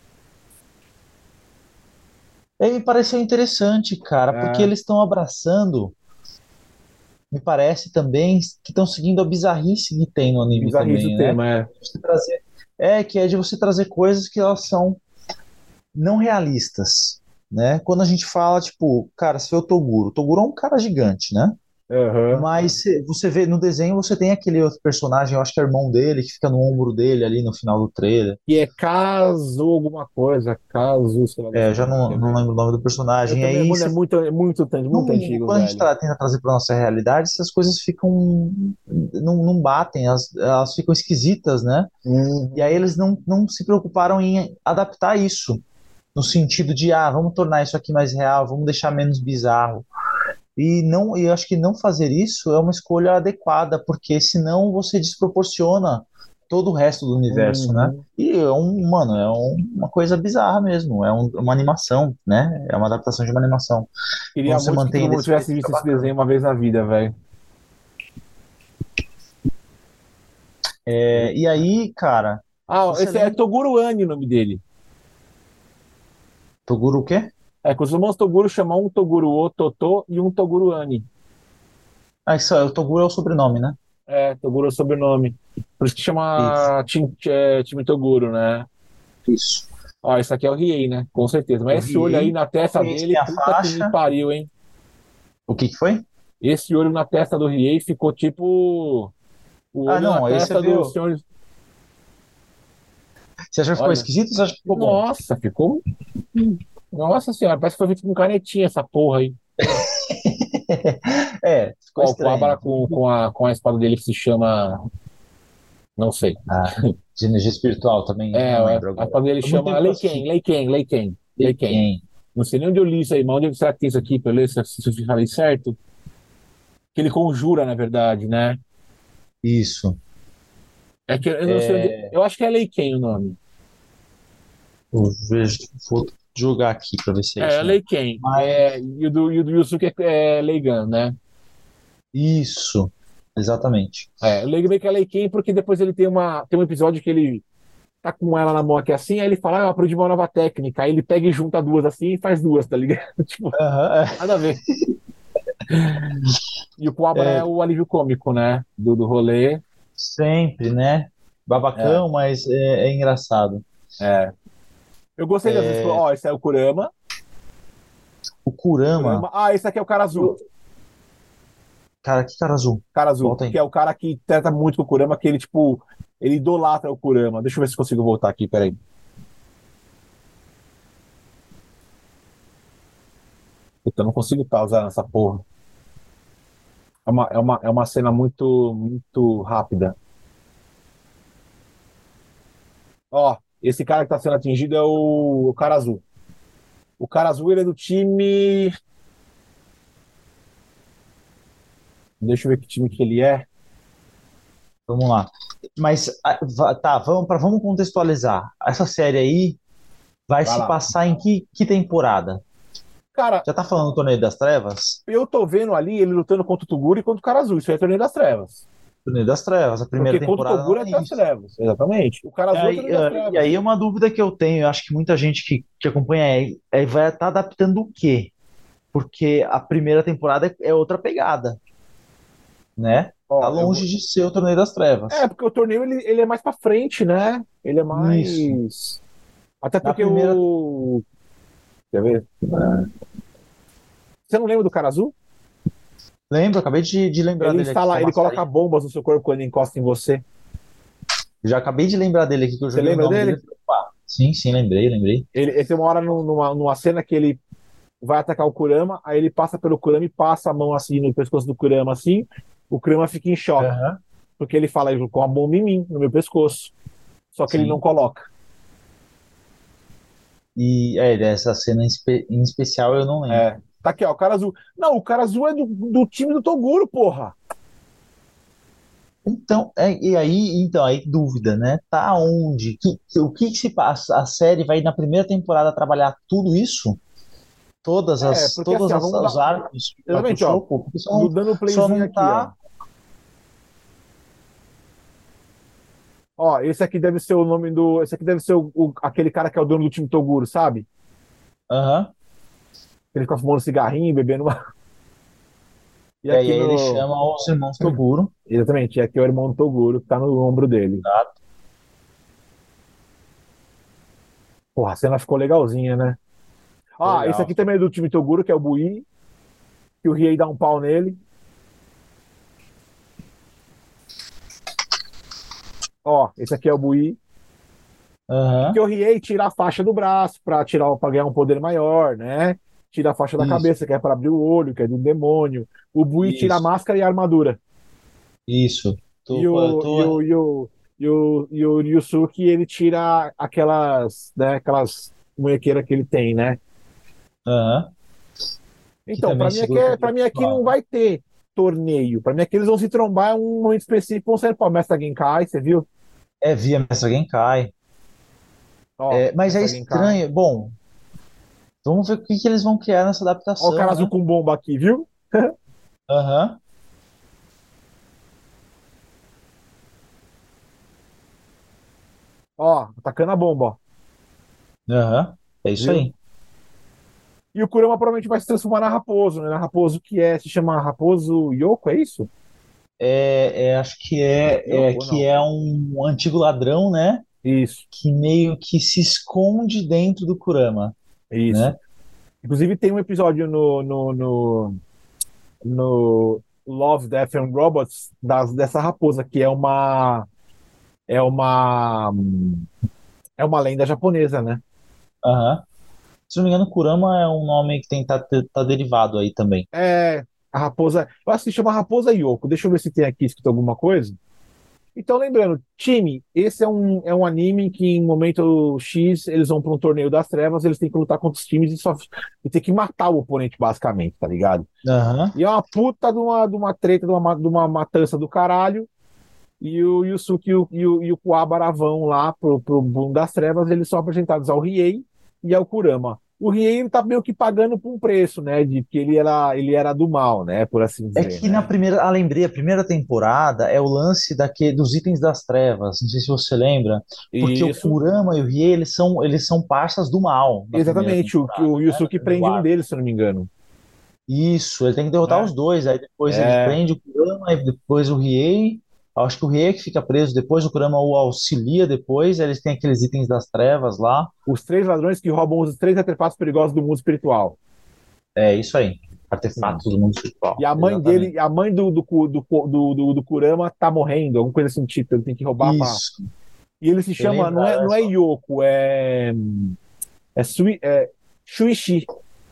B: E aí me pareceu interessante, cara, porque
A: É,
B: eles estão abraçando, me parece também, que estão seguindo a bizarrice que tem no anime
A: bizarrice o
B: também, né?
A: tema, é.
B: Você trazer, é, que é de você trazer coisas que elas são não realistas, né? Quando a gente fala, tipo, cara, você vê o Toguro, o Toguro é um cara gigante, né?
A: Aham.
B: Mas cê- você vê no desenho, você tem aquele outro personagem, eu acho que é o irmão dele, que fica no ombro dele ali no final do trailer.
A: Que é caso alguma coisa, caso, sei lá,
B: É,
A: desse
B: eu já
A: nome.
B: não, não lembro o nome do
A: Eu
B: personagem. E
A: também, é
B: aí,
A: muito, é
B: você,
A: muito, é muito, muito
B: não-
A: antigo,
B: quando a gente
A: velho.
B: tra- tenta trazer para nossa realidade, essas coisas ficam, não, não batem, elas, elas ficam esquisitas, né? E aí
A: Uhum.
B: eles não, não se preocuparam em adaptar isso, no sentido de, ah, vamos tornar isso aqui mais real, vamos deixar menos bizarro. E não, e eu acho que não fazer isso é uma escolha adequada, porque senão você desproporciona todo o resto do universo, né?
A: Uhum.
B: E é um, mano, é um- uma coisa bizarra mesmo, é um- uma animação, né? É uma adaptação de uma animação. Quando
A: Queria
B: você
A: muito que todo
B: mantém
A: mundo
B: desse jeito,
A: tivesse
B: fica
A: visto esse
B: bacana.
A: desenho uma vez na vida, velho.
B: É, e aí, cara,
A: Ah,
B: você
A: esse é
B: lembra
A: Toguro Ani o nome dele.
B: Toguro o quê?
A: É, costumamos Toguro chamar um Toguro O Totô e um Toguro Ani.
B: Ah, isso é, o Toguro é o sobrenome, né?
A: É, Toguro é o sobrenome. Por isso que
B: Isso,
A: chama Tim, é, time Toguro, né?
B: isso.
A: Ó, esse aqui é o Riei, né? Com certeza.
B: Eu
A: Mas esse olho aí
B: riei,
A: na testa
B: esse
A: dele,
B: tem a
A: puta que me
B: faixa.
A: pariu, hein?
B: O que que foi?
A: Esse olho na testa do Riei ficou tipo o
B: Ah,
A: olho na
B: não, aí você
A: testa do
B: viu.
A: senhor.
B: Você achou que ficou
A: Olha,
B: esquisito ou você acha que ficou bom?
A: nossa, ficou. Nossa senhora, parece que foi feito com canetinha essa porra aí.
B: É, ficou
A: Ó, o
B: estranho.
A: Coabra com, com, a, com a espada dele que se chama. Não sei.
B: Ah, de energia espiritual também,
A: É,
B: não
A: a
B: lembro
A: a
B: agora.
A: espada dele
B: Foi muito
A: chama
B: tempo que eu
A: Leiken,
B: assisti.
A: Leiken, Leiken,
B: Sei
A: Leiken.
B: quem.
A: Não sei nem onde eu li isso aí, mas onde será que tem isso aqui, pra eu ler se, se eu falei certo? Que ele conjura, na verdade, né?
B: Isso.
A: É que eu não sei onde.
B: É,
A: Eu acho que é Leiken o nome.
B: eu vejo, vou jogar aqui para ver se é
A: É,
B: isso mesmo.
A: Leiken. É,
B: Mas
A: e o do, e o do Yusuke é, é Leigan, né?
B: isso, exatamente.
A: É, eu lembro que é Leiken porque depois ele tem, uma, tem um episódio que ele tá com ela na mão aqui assim, aí ele fala, ah, eu aprendi uma nova técnica. Aí ele pega e junta duas assim e faz duas, tá ligado? Tipo,
B: Aham,
A: nada a ver. E o Coabra
B: é,
A: é
B: é,
A: o alívio cômico, né? Do, do rolê.
B: sempre, né?
A: É,
B: Babacão, mas é, é engraçado.
A: é. Eu gostei das vezes.
B: É,
A: Ó, esse é o Kurama.
B: o Kurama,
A: Kurama. Ah, esse aqui é o cara azul.
B: o- cara, que cara azul.
A: Cara azul.
B: Volta
A: Que
B: aí.
A: é o cara que trata muito com o Kurama, que ele, tipo, ele idolatra o Kurama. Deixa eu ver se consigo voltar aqui, peraí. Puta, eu não consigo pausar nessa porra. É uma, é uma, é uma cena muito, muito rápida. Ó, esse cara que tá sendo atingido é o, o cara azul. O cara azul, ele é do time. Deixa eu ver que time que ele é.
B: Vamos lá. Mas ah, va- tá, vamos para vamos contextualizar. Essa série aí vai
A: Vai
B: se
A: lá.
B: passar em que, que temporada?
A: Cara,
B: Já tá falando do Torneio das Trevas?
A: eu tô vendo ali ele lutando contra o Toguro e contra o cara azul. Isso aí é Torneio das Trevas.
B: Torneio das Trevas. A primeira
A: Porque Conto
B: temporada não
A: Toguro é
B: é
A: das
B: isso.
A: trevas, exatamente. O
B: E
A: Karazu é o
B: aí,
A: Torneio das
B: eh, e
A: Trevas.
B: aí uma dúvida que eu tenho, eu acho que muita gente que, que acompanha é, é vai estar adaptando o quê? Porque a primeira temporada é é outra pegada, né? Tá
A: Ó, eu
B: longe
A: vou.
B: de ser o Torneio das
A: É,
B: Trevas.
A: porque o torneio ele, ele é mais pra frente, né? Ele é
B: Isso.
A: mais. Até
B: Na
A: porque
B: primeira.
A: o. Quer ver? Você não lembra do Karazu?
B: Lembro, acabei de, de lembrar
A: Ele
B: dele aqui, que é
A: instala,
B: o
A: ele coloca
B: Mascarinha.
A: bombas no seu corpo quando ele encosta em você.
B: Já acabei de lembrar dele aqui, que eu
A: Você
B: joguei o
A: lembra
B: nome dele.
A: dele?
B: E falei, "Opa." Sim, sim, lembrei, lembrei.
A: Ele, ele tem uma hora num- numa, numa cena que ele vai atacar o Kurama, aí ele passa pelo Kurama e passa a mão assim no pescoço do Kurama assim. O Kurama fica em choque,
B: Aham.
A: porque ele fala, ele colocou uma bomba em mim, no meu pescoço. Só que ele não
B: Sim.
A: coloca.
B: E é, essa cena em, espe- em especial eu não lembro.
A: É. Tá aqui, ó, o cara azul. Não, o cara azul é do, do time do Toguro, porra.
B: Então, é, e aí, então, aí dúvida, né? Tá onde? Que, que- o que que se passa? A série vai na primeira temporada trabalhar tudo isso? Todas
A: É,
B: as,
A: porque
B: todas
A: assim, ó,
B: as,
A: vamos
B: os
A: dar.
B: arcos de Yu
A: Exatamente, ó.
B: Hakusho, porque só
A: No,
B: não,
A: dando
B: só
A: playzinho
B: não
A: aqui, ó.
B: tá.
A: Ó, esse aqui deve ser o nome do. Esse aqui deve ser o, o- aquele cara que é o dono do time Toguro, sabe?
B: Aham.
A: Ele fica fumando cigarrinho, bebendo uma. E
B: E aí
A: aqui
B: ele
A: no.
B: chama os irmãos Toguro.
A: Exatamente, e aqui é o irmão do Toguro que tá no ombro dele.
B: Tá?
A: Porra, a cena ficou legalzinha, né?
B: Ficou
A: Ah, esse
B: legal.
A: aqui também é do time Toguro, que é o Bui, que o Riei dá um pau nele. Ó, esse aqui é o Bui. Porque
B: Aham.
A: o Riei tira a faixa do braço para tirar para ganhar um poder maior, né? Tira a faixa da
B: Isso,
A: cabeça, que é para abrir o olho, que é do demônio. O Bui tira a
B: isso,
A: máscara e a armadura.
B: isso.
A: E
B: Tô, eu
A: o, e
B: tô.
A: o, e o, e o, e o Ryusuke, ele tira aquelas, né, aquelas munhequeiras que ele tem, né?
B: Aham. Que
A: Então,
B: também
A: para mim, aqui,
B: segura o
A: é-
B: poder
A: pra mim aqui
B: pessoal,
A: não
B: né?
A: vai ter torneio. Para mim aqui eles vão se trombar em um momento específico, vão ser, pô, Mestre Genkai, você viu?
B: É via Mestra Genkai.
A: Ó,
B: É, mas é
A: Mestre Genkai.
B: estranho. Bom, vamos ver o que que eles vão criar nessa
A: Ó o cara
B: adaptação,
A: azul
B: né?
A: com bomba aqui, viu?
B: Aham.
A: Ó, atacando a bomba, ó,
B: Aham. É isso
A: viu?
B: aí.
A: E o Kurama provavelmente vai se transformar na Raposo, né? Na Raposo que é, se chama Raposo Yoko, é isso?
B: É, é, acho que é, é
A: Yoko ou
B: que
A: não?
B: é um antigo ladrão, né?
A: Isso,
B: Que meio que se esconde dentro do Kurama,
A: isso.
B: né?
A: Inclusive tem um episódio no, no, no, no Love, Death and Robots das, dessa raposa, que é uma é uma é uma lenda japonesa, né?
B: Aham. Se não me engano, Kurama é um nome que tem tá, tá derivado aí também.
A: É a raposa, eu acho que se chama Raposa Yoko. Deixa eu ver se tem aqui escrito alguma coisa. Então, lembrando, time, esse é um, é um anime que em momento X eles vão para um torneio das trevas, eles têm que lutar contra os times e só e ter que matar o oponente, basicamente, tá ligado?
B: Aham.
A: E é uma puta de uma, de uma treta, de uma, de uma matança do caralho. E o Yusuke e o, e o, e o Kuwabara vão lá pro, pro mundo das trevas, eles são apresentados ao Riei e ao Kurama. O Riei ele tá meio que pagando por um preço, né? De que ele era, ele era do mal, né? Por assim
B: É
A: dizer,
B: que na
A: né?
B: primeira, ah, lembrei, a primeira temporada é o lance daque, dos itens das trevas. Não sei se você lembra, porque
A: E
B: o
A: isso,
B: Kurama e o Rie, eles são, eles são parças do mal na primeira
A: exatamente, o, que
B: temporada,
A: o
B: né? No
A: Yusuke
B: primeiro
A: prende um
B: arco.
A: deles, se eu não me engano.
B: Isso, ele tem que derrotar
A: Né?
B: os dois. Aí depois ele
A: É,
B: prende o Kurama, e depois o Riei. Acho que o Riei é que fica preso depois, o Kurama o auxilia depois. Aí eles têm aqueles itens das trevas lá.
A: os três ladrões que roubam os três artefatos perigosos do mundo espiritual.
B: É isso aí.
A: Hum.
B: Artefatos do mundo
A: E
B: espiritual.
A: a mãe
B: Exatamente.
A: dele, a mãe do, do, do, do, do, do Kurama tá morrendo, alguma coisa assim, tipo, ele tem que roubar pra.
B: Isso.
A: E ele se
B: Bem
A: chama, não é,
B: lembrado,
A: não
B: olha
A: é
B: só.
A: Yoko, é. É, Sui, é Shuichi.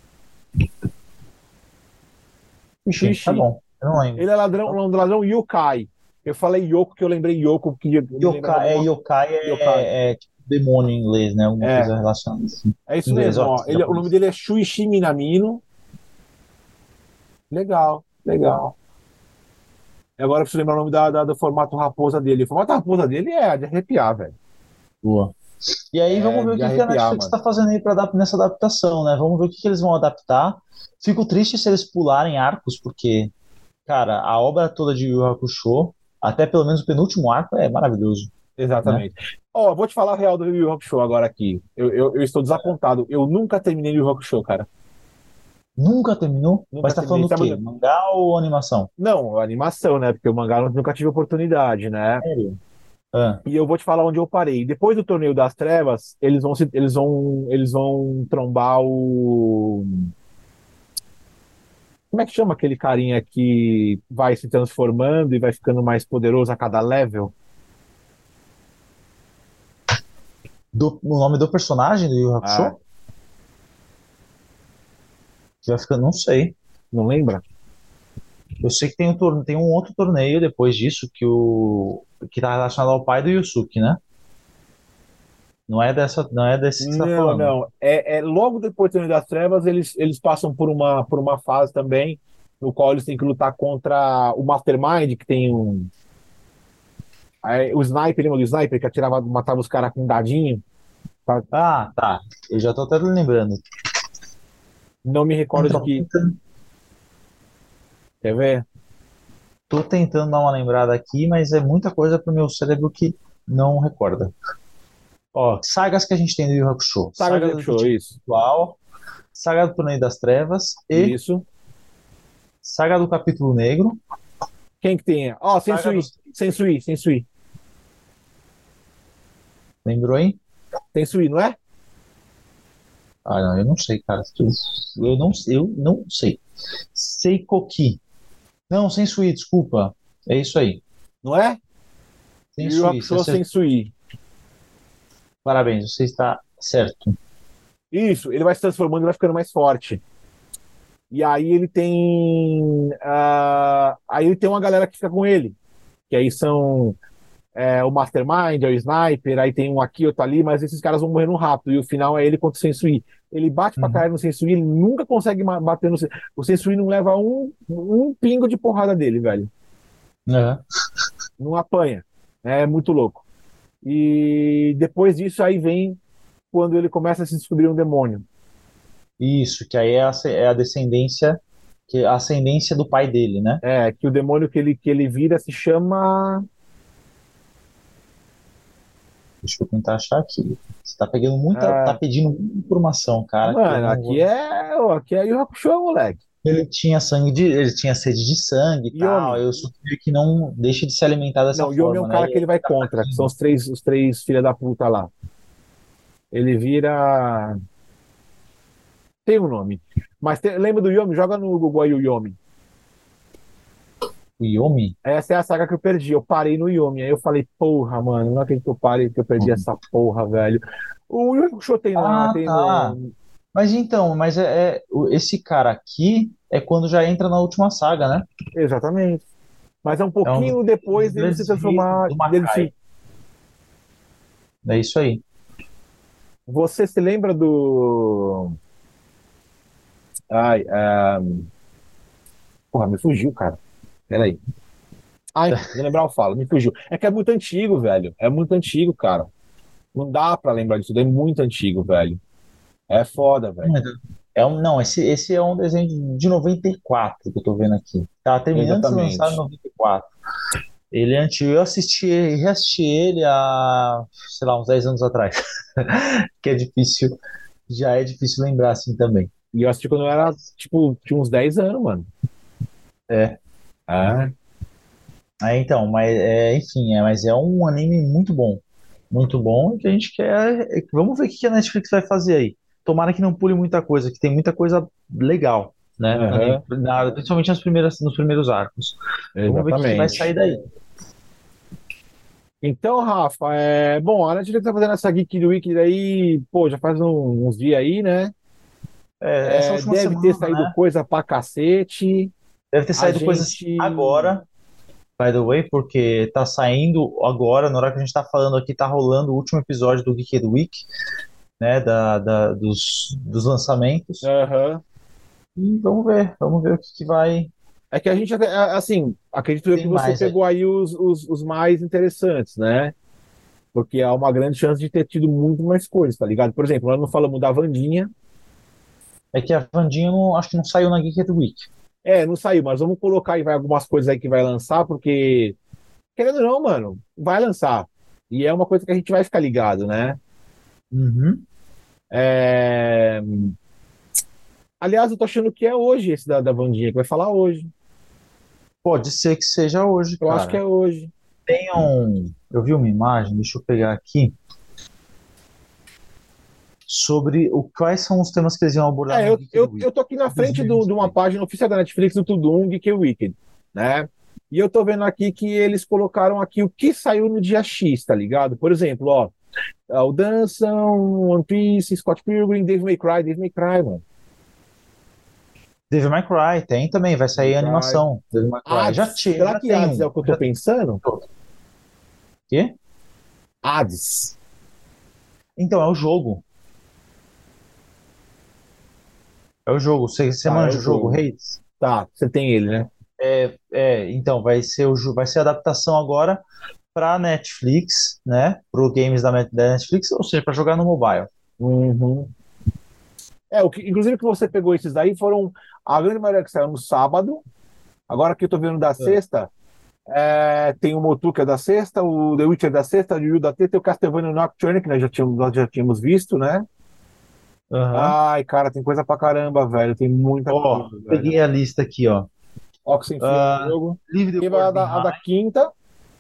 B: Ixi, tá
A: Shuichi.
B: bom. Eu não lembro.
A: Ele é ladrão, ladrão Yokai. Eu falei Yoko que eu lembrei Yoko, que eu me lembrava
B: Yokai,
A: de
B: é,
A: uma.
B: yokai
A: Yokai.
B: é, é tipo demônio em inglês, né? Alguma
A: É,
B: coisa relacionada assim.
A: é isso
B: Inglês,
A: mesmo,
B: ó,
A: ó. Ele, o nome
B: japonês.
A: dele é Shuichi Minamino. Legal, legal. E agora eu preciso lembrar o nome da, da- do formato raposa dele. O formato raposa dele é de arrepiar, velho.
B: Boa. E aí vamos
A: É
B: ver o
A: de
B: que, que a
A: arrepiar,
B: Netflix
A: mano.
B: está fazendo aí para nessa adaptação, né? Vamos ver o que, que eles vão adaptar. Fico triste se eles pularem arcos, porque, cara, a obra toda de Yu Yu Hakusho até pelo menos o penúltimo arco é maravilhoso, né?
A: Exatamente. Ó, vou te falar a real do Yu Yu Hakusho agora aqui. Eu, eu, eu estou desapontado. Eu nunca terminei Yu Yu Hakusho, cara.
B: Nunca terminou?
A: Nunca
B: Mas tá
A: terminei.
B: falando o
A: Sabe?
B: quê? Mangá ou animação?
A: Não, animação, né? Porque o mangá eu nunca tive oportunidade, né?
B: Sério? Ah,
A: E eu vou te falar onde eu parei. Depois do Torneio das Trevas, eles vão se, eles vão, eles vão trombar o. Como é que chama aquele carinha que vai se transformando e vai ficando mais poderoso a cada level?
B: do- o nome do personagem do Yu Yu
A: Ah,
B: Hakusho? Que vai ficar, não sei.
A: não lembra?
B: Eu sei que tem um, torne- tem um outro torneio depois disso que o que tá relacionado ao pai do Yusuke, né? Não é dessa, não é desse que você tá
A: Não,
B: falando.
A: não. É, é logo depois do Torneio das Trevas, eles, eles passam por uma, por uma fase também, no qual eles têm que lutar contra o Mastermind, que tem um. aí, o Sniper, lembra do Sniper, que atirava, matava os caras com um dadinho? Tá?
B: Ah, tá. Eu já tô até lembrando.
A: Não me recordo de
B: Então,
A: que.
B: tentando-
A: Quer ver?
B: tô tentando dar uma lembrada aqui, mas é muita coisa pro meu cérebro que não recorda. Ó, sagas que a gente tem do Yu Yu Hakusho.
A: Saga de
B: Saga do
A: Hakusho,
B: Detetive
A: isso.
B: Virtual, Saga do Torneio das Trevas e
A: Isso.
B: Saga do Capítulo Negro.
A: Quem que tem? Ó,
B: Saga
A: Sensui.
B: dos...
A: Sensui, Sensui.
B: Lembrou, hein?
A: Sensui, não é?
B: Ah, não, eu não sei, cara. Eu não, eu não sei. Seikoki. Não, Sensui, desculpa. É isso aí.
A: Não é? Yu Yu
B: Sensui, você
A: Hakusho
B: acertou.
A: Sensui.
B: Parabéns, você está certo.
A: Isso, ele vai se transformando e vai ficando mais forte. E aí ele tem. ah, aí ele tem uma galera que fica com ele. Que aí são é, o Mastermind, é o Sniper, aí tem um aqui, outro ali, mas esses caras vão morrendo rápido. E o final é ele contra o Sensui. Ele bate pra
B: Uhum.
A: cair no Sensui, ele nunca consegue ma- bater no Sensui. O Sensui não leva um, um pingo de porrada dele, velho.
B: Uhum.
A: Não apanha. É muito louco. E depois disso aí vem quando ele começa a se descobrir um demônio.
B: Isso, que aí é a, é a descendência, que é a ascendência do pai dele, né?
A: É, que o demônio que ele, que ele vira se chama.
B: Deixa eu tentar achar aqui. Você tá pegando muita, tá
A: ah,
B: pedindo muita informação, cara, que eu
A: mano,
B: não
A: aqui
B: vou.
A: é. Aqui é Yu Hakusho, moleque.
B: Ele tinha sangue de, ele tinha sede de sangue e tal.
A: Yomi.
B: Eu sugiro que não deixe de se alimentar dessa
A: Não, Yomi é um
B: forma, né?
A: cara
B: Ele
A: que ele vai
B: tá
A: contra, que são
B: fraquinho.
A: os três, os três filha da puta lá. Ele vira. Tem um nome. Mas tem- lembra do Yomi? Joga no Google aí o Yomi.
B: O Yomi?
A: Essa é a saga que eu perdi. Eu parei no Yomi. Aí eu falei, porra, mano, não acredito que eu parei, que eu perdi essa porra, velho. O Yu Hakusho tem, na,
B: Ah,
A: tem
B: tá.
A: no.
B: Mas então, mas é, é- o- esse cara aqui é quando já entra na última saga, né?
A: Exatamente. Mas é um
B: É um dos,
A: pouquinho
B: um dos
A: depois dele se
B: grandes reis
A: transformar,
B: do
A: dele
B: Makai.
A: se.
B: É isso aí.
A: Você se lembra do. Ai, ah, porra, me fugiu, cara. Peraí. Ai, vou lembrar, eu falo, me fugiu. É que é muito antigo, velho. É muito antigo, cara. Não dá pra lembrar disso, é muito antigo, velho. É foda, velho.
B: É um, não, esse, esse é um desenho de, de noventa e quatro que eu tô vendo aqui. Tá terminando de ser lançado em
A: Exatamente.
B: noventa e quatro. Ele é antigo. Eu assisti e reassisti ele há, sei lá, uns dez anos atrás. Que é difícil, já é difícil lembrar assim também.
A: E eu assisti quando eu era,
B: Mas,
A: tipo, tinha uns dez anos, mano.
B: é,
A: Ah,
B: é, então, mas é, enfim, é, mas é um anime muito bom. Muito bom, que a gente quer. é, Vamos ver o que a Netflix vai fazer aí. Tomara que não pule muita coisa, que tem muita coisa legal, né? no anime,
A: aham,
B: na- principalmente nas primeiras, nos primeiros arcos. Vamos ver o que que vai sair
A: exatamente.
B: daí.
A: Então, Rafa, é... bom, a Netflix tá fazendo essa Geek Week aí, pô, já faz um- uns dias aí, né?
B: É, essa
A: É,
B: última
A: deve ter
B: semana,
A: saído
B: né?
A: coisa pra cacete.
B: Deve ter
A: A
B: saído coisas
A: gente.
B: agora, by the way, porque tá saindo agora, na hora que a gente tá falando aqui, tá rolando o último episódio do Geeked Week, né? Da, da- dos, dos lançamentos.
A: Aham.
B: E vamos ver, vamos ver o que, que vai.
A: É que a gente, até- é, assim, acredito eu que
B: Tem
A: você
B: mais aí.
A: pegou aí os, os, os mais interessantes, né? Porque há uma grande chance de ter tido muito mais coisas, tá ligado? Por exemplo, nós não falamos da Wandinha.
B: É que a Wandinha não, acho que não saiu na Geeked Week.
A: É, não saiu, mas vamos colocar aí vai, algumas coisas aí que vai lançar, porque querendo ou não, mano, vai lançar. E é uma coisa que a gente vai ficar ligado, né?
B: Uhum.
A: É... Aliás, eu tô achando que é hoje esse da, da Vandinha, que vai falar hoje.
B: Pode ser que seja hoje,
A: Eu acho que
B: cara.
A: é hoje.
B: Tem um. Eu vi uma imagem, deixa eu pegar aqui, sobre o, quais são os temas que eles iam abordar
A: É,
B: no
A: eu,
B: Geek
A: eu,
B: do Week
A: eu tô aqui na frente do- de uma
B: dois mil e vinte e três.
A: página oficial da Netflix do Tudum, Geek Wicked, né? E eu tô vendo aqui que eles colocaram aqui o que saiu no dia X, tá ligado? Por exemplo, ó, o Danção, One Piece, Scott Pilgrim, Dave May Cry, Dave May Cry, mano.
B: Devil May Cry, tem também, vai
A: Dave May
B: sair a
A: Cry.
B: animação. Devil May Cry. Já,
A: Hades,
B: te,
A: será
B: já
A: que
B: tem
A: Hades é
B: um.
A: o que eu tô
B: Já tem
A: pensando?
B: outro. Quê?
A: Hades.
B: Então, é o jogo. É o jogo. Você, você
A: Tá, é
B: manja
A: o
B: o jogo,
A: jogo.
B: Hades?
A: Tá, você tem ele, né?
B: É, é, então, vai ser, o, jo- vai ser a adaptação agora para Netflix, né? Para os games da, Net- da Netflix, ou seja, para jogar no mobile.
A: Uhum. É, o que, inclusive que você pegou esses daí foram a grande maioria que saiu no sábado. Agora que eu tô vendo da
B: É.
A: sexta, é, tem o Motu que é da sexta, o The Witcher da sexta, o Yu da terça, tem o Castlevania Nocturne, que nós já tínhamos, nós já tínhamos visto, né?
B: Aham.
A: Ai, cara, tem coisa pra caramba, velho. Tem muita coisa,
B: Ó,
A: velho.
B: peguei a lista aqui, ó.
A: Oxenfree é um
B: Ah,
A: jogo.
B: Leave the
A: E vai a
B: World
A: da, a da
B: Behind.
A: quinta.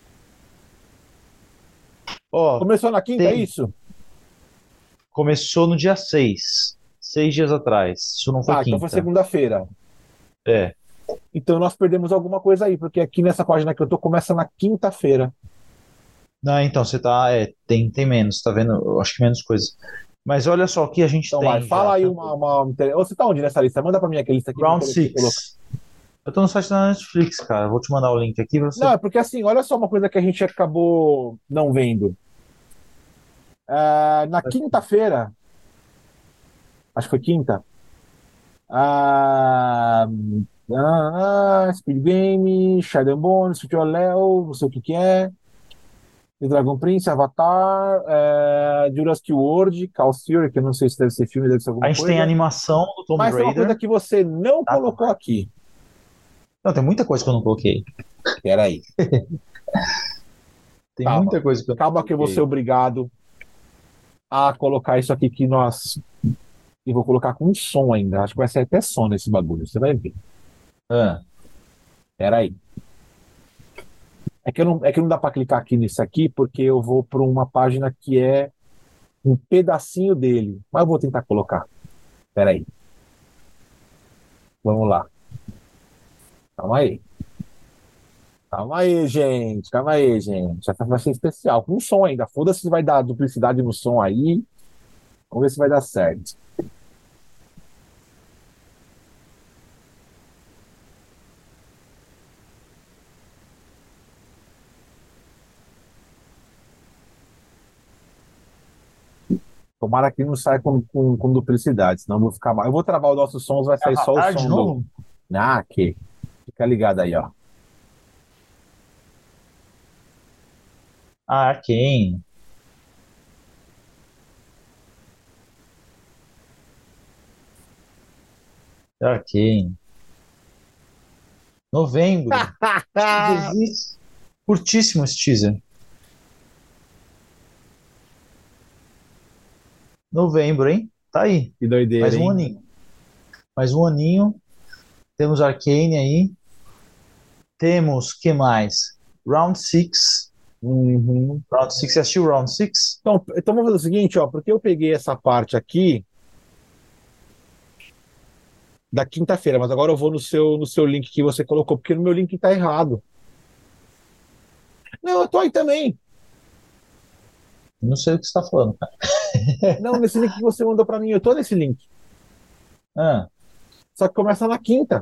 B: Ó,
A: Começou na quinta, é
B: tem.
A: isso?
B: Começou no dia seis, seis dias atrás. Isso não foi
A: Tá, então foi
B: quinta.
A: segunda-feira.
B: É.
A: Então nós perdemos alguma coisa aí, porque aqui nessa página que eu tô começa na quinta-feira.
B: Não, então você tá. É, tem, tem menos, tá vendo? Eu acho que menos coisa. Mas olha só, aqui a gente
A: Então vai,
B: tem já
A: fala aí uma,
B: tanto
A: uma... Ô, você tá onde nessa lista? Manda pra mim aquela lista aqui que eu
B: Round
A: coloquei. Coloca.
B: Six. Eu tô no site da Netflix, cara. Vou te mandar o link aqui pra
A: Não,
B: você.
A: é porque assim, olha só uma coisa que a gente acabou não vendo. É, na quinta-feira, acho que foi quinta, ah, ah, Speed Game, Shadow and Bone, Sweet Your Léo, não sei o que que é, The Dragon Prince, Avatar, é, Jurassic World, Chaos Theory, que eu não sei se deve ser filme, deve ser
B: A
A: alguma
B: gente tem a
A: coisa,
B: animação do Tomb
A: mas tem uma coisa
B: Raider.
A: que você não
B: Data
A: colocou
B: Mine.
A: aqui.
B: Não, tem muita coisa que eu não coloquei.
A: Peraí,
B: Tem
A: calma,
B: muita coisa que eu não
A: calma que eu vou ser
B: coloquei.
A: obrigado a colocar isso aqui que nós... E vou colocar com som ainda, acho que vai ser até som nesse bagulho, você vai ver.
B: Ah,
A: Peraí. É que, eu não, é que não dá para clicar aqui nisso aqui, porque eu vou para uma página que é um pedacinho dele. Mas eu vou tentar colocar. Peraí. Vamos lá. Calma aí. Calma aí, gente. Calma aí, gente. Essa vai ser especial. Com som ainda. Foda-se se vai dar duplicidade no som aí. Vamos ver se vai dar certo. Tomara que não saia com, com, com duplicidade, senão eu vou ficar mal. Eu vou travar os nossos sons, vai
B: é
A: sair só o
B: Avatar de
A: som do.
B: novo?
A: Ah, que. Fica ligado aí, ó.
B: Ah, Arcane. Arcane. Novembro. Desiste. Curtíssimo esse teaser. Novembro, hein? Tá aí.
A: Que doideira,
B: Mais um
A: hein?
B: aninho. Mais um aninho. Temos Arcane aí. Temos, que mais? Round Six.
A: Uhum.
B: Round Six, você assistiu Round Six?
A: Então, então vamos fazer o seguinte, ó, porque eu peguei essa parte aqui da quinta-feira, mas agora eu vou no seu, no seu link que você colocou, porque no meu link tá errado. Não, eu tô aí também.
B: Não sei o que você está falando, cara.
A: Não, nesse link que você mandou pra mim, eu tô nesse link.
B: Ah,
A: Só que começa na quinta.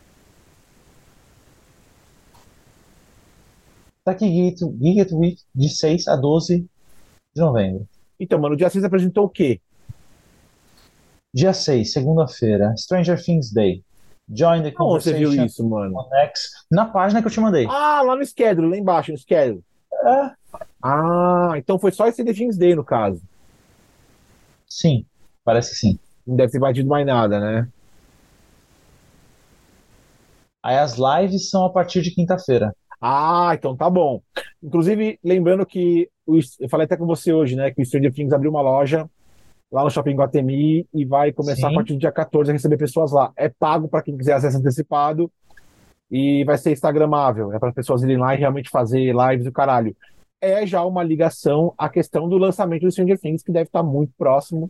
B: tá aqui Geek Geek Week de seis a doze de novembro.
A: Então, mano, o dia seis apresentou o quê?
B: Dia seis, segunda-feira. Stranger Things Day. Join the
A: Aonde você viu
B: conversation
A: isso, mano?
B: on X. Na página que eu te mandei.
A: Ah, lá no schedule, lá embaixo, no schedule.
B: É,
A: Ah, então foi só esse The Things Day, no caso.
B: sim, parece que sim.
A: Não deve ter batido mais nada, né?
B: Aí as lives são a partir de quinta-feira.
A: Ah, então tá bom. Inclusive, lembrando que o, eu falei até com você hoje, né? Que o Stranger Things abriu uma loja lá no Shopping Guatemi e vai começar a
B: Sim.
A: partir do dia quatorze a receber pessoas lá. É pago para quem quiser acesso antecipado e vai ser instagramável. É para as pessoas irem lá e realmente fazer lives do caralho. É já uma ligação à questão do lançamento do Stranger Things, que deve estar muito próximo.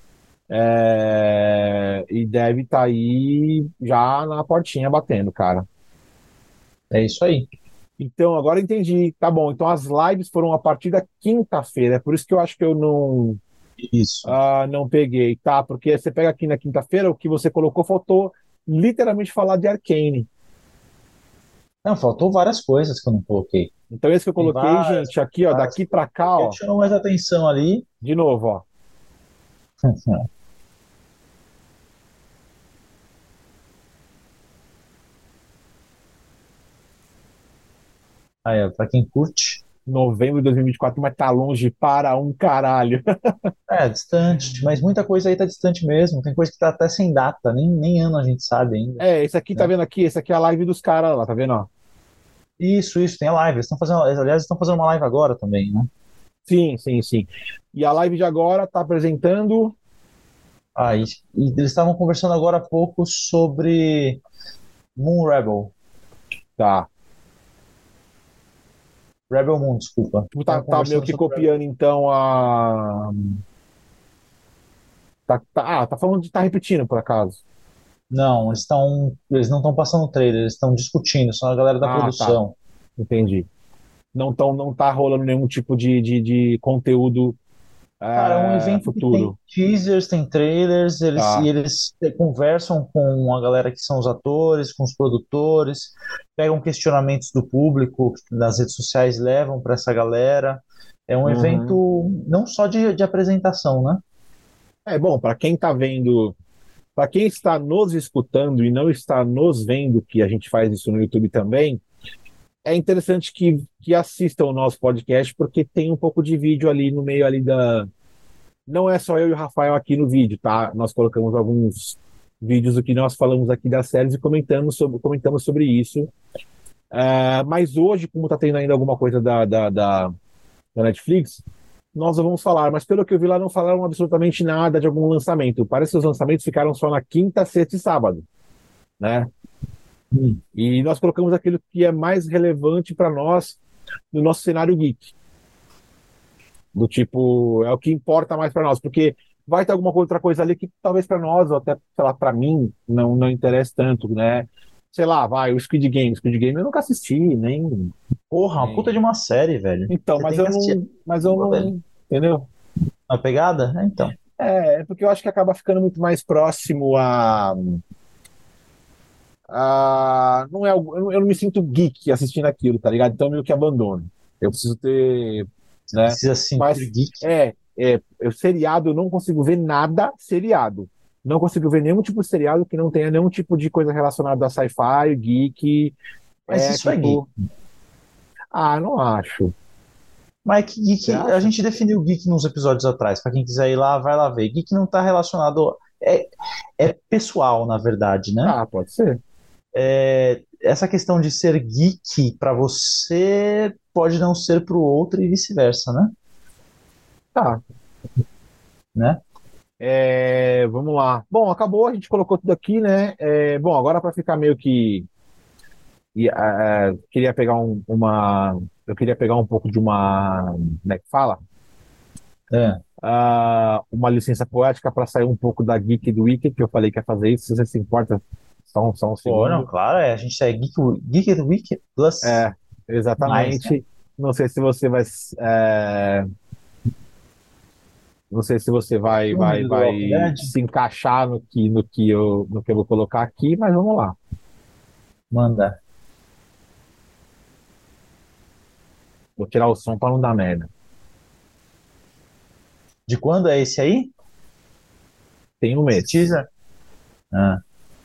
A: É, e deve estar aí já na portinha batendo, cara.
B: É isso aí.
A: Então, agora entendi. Tá bom. Então, as lives foram a partir da quinta-feira. É por isso que eu acho que eu não,
B: Isso.
A: ah, não peguei, tá? Porque você pega aqui na quinta-feira, o que você colocou, faltou literalmente falar de Arcane.
B: Não, faltou várias coisas que eu não coloquei.
A: Então, esse que eu
B: Tem
A: coloquei,
B: várias,
A: gente, aqui, ó,
B: várias
A: daqui
B: coisas
A: pra
B: que eu
A: cá,
B: coloquei
A: ó,
B: que chamam mais atenção ali.
A: de novo, ó.
B: Aí, ó, pra quem curte.
A: Novembro de dois mil e vinte e quatro, mas tá longe para um caralho.
B: É, distante, mas muita coisa aí tá distante mesmo. Tem coisa que tá até sem data, nem, nem ano a gente sabe ainda,
A: É, esse aqui, tá
B: né?
A: vendo aqui? Esse aqui é a live dos caras lá, tá vendo, ó?
B: Isso, isso, tem a live. Eles estão fazendo, aliás, estão fazendo uma live agora também, né?
A: Sim, sim, sim. E a live de agora tá apresentando.
B: Ah, e, e eles estavam conversando agora há pouco sobre Moon Rebel.
A: Tá.
B: Rebel Moon, desculpa.
A: Tipo, tá,
B: Estavam
A: tá meio
B: conversando
A: que
B: sobre Rebel.
A: copiando, então, a. Tá, tá- ah, tá falando de. Tá repetindo, por acaso.
B: Não, eles estão, eles não estão passando o trailer, eles estão discutindo, são a galera da
A: Ah, tá.
B: produção.
A: Entendi. Não, tão, não tá rolando nenhum tipo de, de, de conteúdo
B: Cara, é um
A: é,
B: evento que tem
A: futuro.
B: teasers, tem trailers, eles, e
A: Tá.
B: eles conversam com a galera que são os atores, com os produtores, pegam questionamentos do público nas redes sociais, levam para essa galera. É um
A: Uhum.
B: evento não só de, de apresentação, né?
A: É bom, para quem tá vendo, para quem está nos escutando e não está nos vendo, que a gente faz isso no YouTube também, é interessante que, que assistam o nosso podcast, porque tem um pouco de vídeo ali no meio ali da. Não é só eu e o Rafael aqui no vídeo, tá? Nós colocamos alguns vídeos do que nós falamos aqui das séries e comentamos sobre, comentamos sobre isso. É, mas hoje, como está tendo ainda alguma coisa da, da, da, da Netflix, nós não vamos falar. Mas pelo que eu vi lá, não falaram absolutamente nada de algum lançamento. Parece que os lançamentos ficaram só na quinta, sexta e sábado, né?
B: Hum.
A: E nós colocamos aquilo que é mais relevante para nós no nosso cenário geek. Do tipo, é o que importa mais para nós, porque vai ter alguma outra coisa ali que talvez para nós, ou até, sei lá, para mim, não, não interessa tanto, né? Sei lá, vai, o Squid Game. O Squid Game eu nunca assisti, nem,
B: Porra, uma puta
A: nem...
B: de uma série, velho.
A: Então,
B: Você
A: mas
B: tem
A: eu
B: que assistir.
A: não, mas eu
B: Boa, velho.
A: não, entendeu?
B: Uma pegada? É, então.
A: É, é porque eu acho que acaba ficando muito mais próximo a, a não é, algo- eu não eu não me sinto geek assistindo aquilo, tá ligado? Então eu meio que abandono. Eu preciso ter,
B: Você
A: né?
B: precisa sentir
A: Mas
B: geek.
A: é, é, eu seriado eu não consigo ver nada seriado. Não consigo ver nenhum tipo de seriado que não tenha nenhum tipo de coisa relacionada a sci-fi, geek.
B: Mas
A: É
B: isso é geek.
A: tipo, ah, não acho.
B: Mas que
A: Você
B: geek, a
A: acha?
B: gente definiu geek nos episódios atrás. Para quem quiser ir lá, vai lá ver. Geek não está relacionado. É, é pessoal, na verdade, né?
A: Ah, pode ser.
B: É, essa questão de ser geek para você pode não ser para o outro e vice-versa, né?
A: Tá.
B: Né?
A: É, vamos lá. Bom, acabou, a gente colocou tudo aqui, né? É, bom, agora para ficar meio que. E, é, queria pegar um- uma. Eu queria pegar um pouco de uma. Como é que fala?
B: É.
A: Ah, uma licença poética para sair um pouco da Geek do Wiki, que eu falei que ia fazer isso. Se você se importa, só, um- só um
B: Pô, não,
A: segundo.
B: claro, é, a gente é Geek, Geek Week Plus
A: É,
B: mais, né?
A: exatamente. Não sei se você vai. é, não sei se você vai,
B: Filme
A: vai,
B: do The
A: vai
B: Walking Dead?
A: se encaixar no que, no que eu, no que eu vou colocar aqui, mas vamos lá.
B: Manda.
A: Vou tirar o som para não dar merda.
B: De quando é esse aí?
A: Tem um
B: Esse
A: mês.
B: teaser? Ah.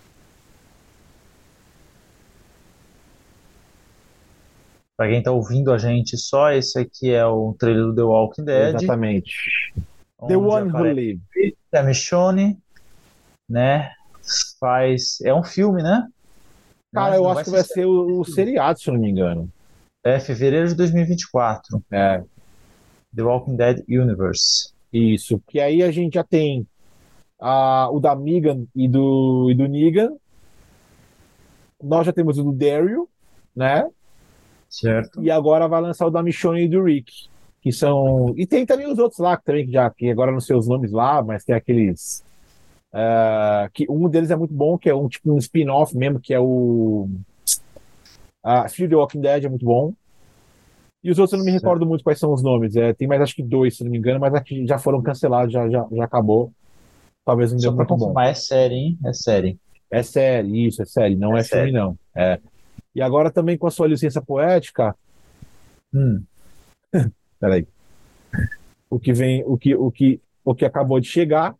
B: Pra quem tá ouvindo a gente só, esse aqui é o trailer do The Walking Dead,
A: Exatamente. The
B: onde
A: One Who
B: aparece
A: Live.
B: a Michonne, né? Faz. É um filme, né? Não
A: Cara,
B: é,
A: eu
B: não
A: acho
B: vai
A: que
B: ser
A: vai
B: série,
A: ser
B: vai
A: o,
B: ser
A: o
B: filme.
A: seriado, se eu não me engano.
B: É fevereiro de dois mil e vinte e quatro.
A: É,
B: The Walking Dead Universe.
A: isso. Que aí a gente já tem a, o da Negan e do, e do Negan. Nós já temos o do Daryl, né?
B: Certo.
A: E agora vai lançar o da Michonne e do Rick. Que são. E tem também os outros lá também, que já que agora não sei os nomes lá, mas tem aqueles. Uh, que um deles é muito bom, que é um tipo um spin-off mesmo, que é o. Uh, Fear the Walking Dead é muito bom. E os outros eu não me
B: Certo.
A: recordo muito quais são os nomes. É, tem mais acho que dois, se não me engano, mas aqui já foram cancelados, já, já, já acabou. Talvez não deu
B: Só para
A: muito bom.
B: confirmar, é série, hein? É série.
A: É série, isso, é série, não
B: É
A: é filme,
B: série.
A: não. É. E agora também com a sua licença poética,
B: Hum.
A: peraí, o que vem, o que, o que, o que acabou de chegar,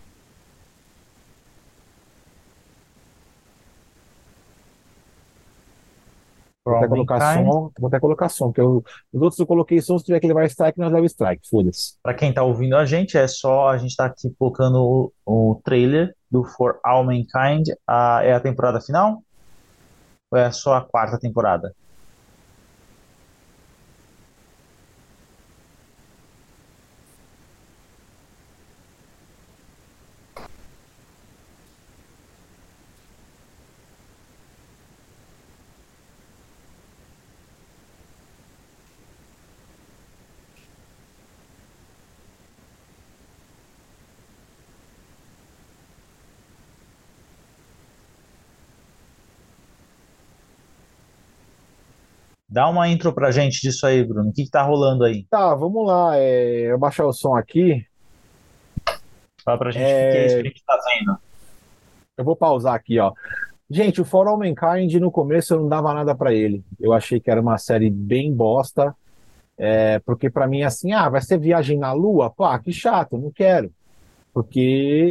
A: vou
B: For
A: até
B: All
A: colocar
B: Mankind.
A: som, vou até colocar som, porque eu, os outros eu coloquei som, se tiver que levar strike, nós leva strike, foda-se.
B: Para quem está ouvindo a gente, é só a gente tá aqui colocando o, o trailer do For All Mankind. A, é a temporada final? Ou é só a quarta temporada? Dá uma intro pra gente disso aí, Bruno. O que que tá rolando aí?
A: Tá, vamos lá, é, eu baixar o som aqui,
B: Fala pra gente o que que é isso
A: é,
B: que a gente tá vendo.
A: eu vou pausar aqui, ó. Gente, o For All Mankind, no começo eu não dava nada pra ele, eu achei que era uma série bem bosta, é, porque pra mim, assim, ah, vai ser viagem na Lua? Pá, que chato, não quero. Porque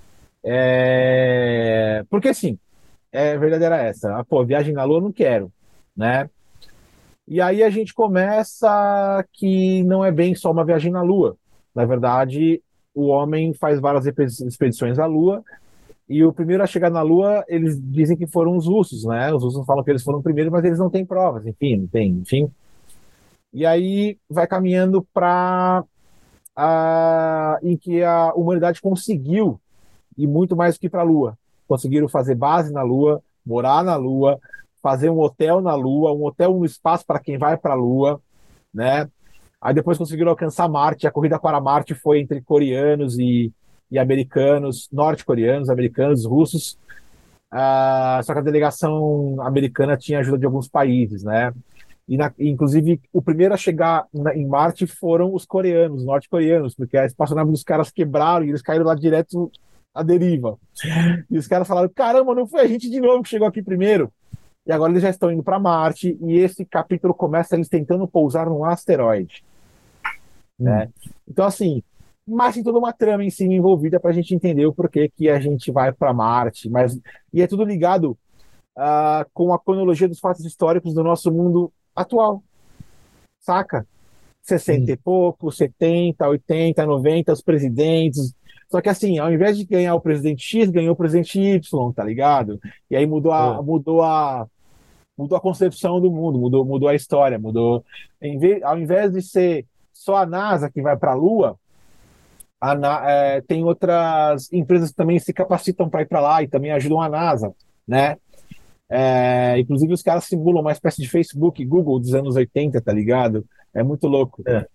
A: É... Porque assim, é verdadeira essa. Ah, pô, viagem na Lua eu não quero, né? E aí a gente começa que não é bem só uma viagem na Lua. Na verdade, o homem faz várias expedições à Lua e o primeiro a chegar na Lua, eles dizem que foram os russos, né? Os russos falam que eles foram primeiros, mas eles não têm provas, enfim, não tem, enfim. E aí vai caminhando para a... em que a humanidade conseguiu e muito mais do que para a Lua. Conseguiram fazer base na Lua, morar na Lua, fazer um hotel na Lua, um hotel no espaço para quem vai para a Lua, né? Aí depois conseguiram alcançar Marte. A corrida para Marte foi entre coreanos e, e americanos, norte-coreanos, americanos, russos. Ah, só que a delegação americana tinha ajuda de alguns países, né? E na, inclusive, o primeiro a chegar na, em Marte foram os coreanos, norte-coreanos, porque a espaçonave dos caras quebraram e eles caíram lá direto à deriva. E os caras falaram: caramba, não foi a gente de novo que chegou aqui primeiro. E agora eles já estão indo para Marte, e esse capítulo começa eles tentando pousar num asteroide.
B: Hum.
A: Né? Então, assim, mas tem toda uma trama em cima envolvida para a gente entender o porquê que a gente vai para Marte. Mas, e é tudo ligado uh, com a cronologia dos fatos históricos do nosso mundo atual. Saca? sessenta
B: Hum.
A: e pouco, setenta, oitenta, noventa, os presidentes. Só que assim, ao invés de ganhar o presidente X, ganhou o presidente Y, tá ligado? E aí mudou a,
B: É.
A: mudou a, mudou a concepção do mundo, mudou, mudou a história, mudou. Em vez, ao invés de ser só a NASA que vai para a Lua, a, Na- é, tem outras empresas que também se capacitam para ir para lá e também ajudam a NASA, né? É, inclusive os caras simulam uma espécie de Facebook, Google dos anos oitenta, tá ligado? É muito louco.
B: É.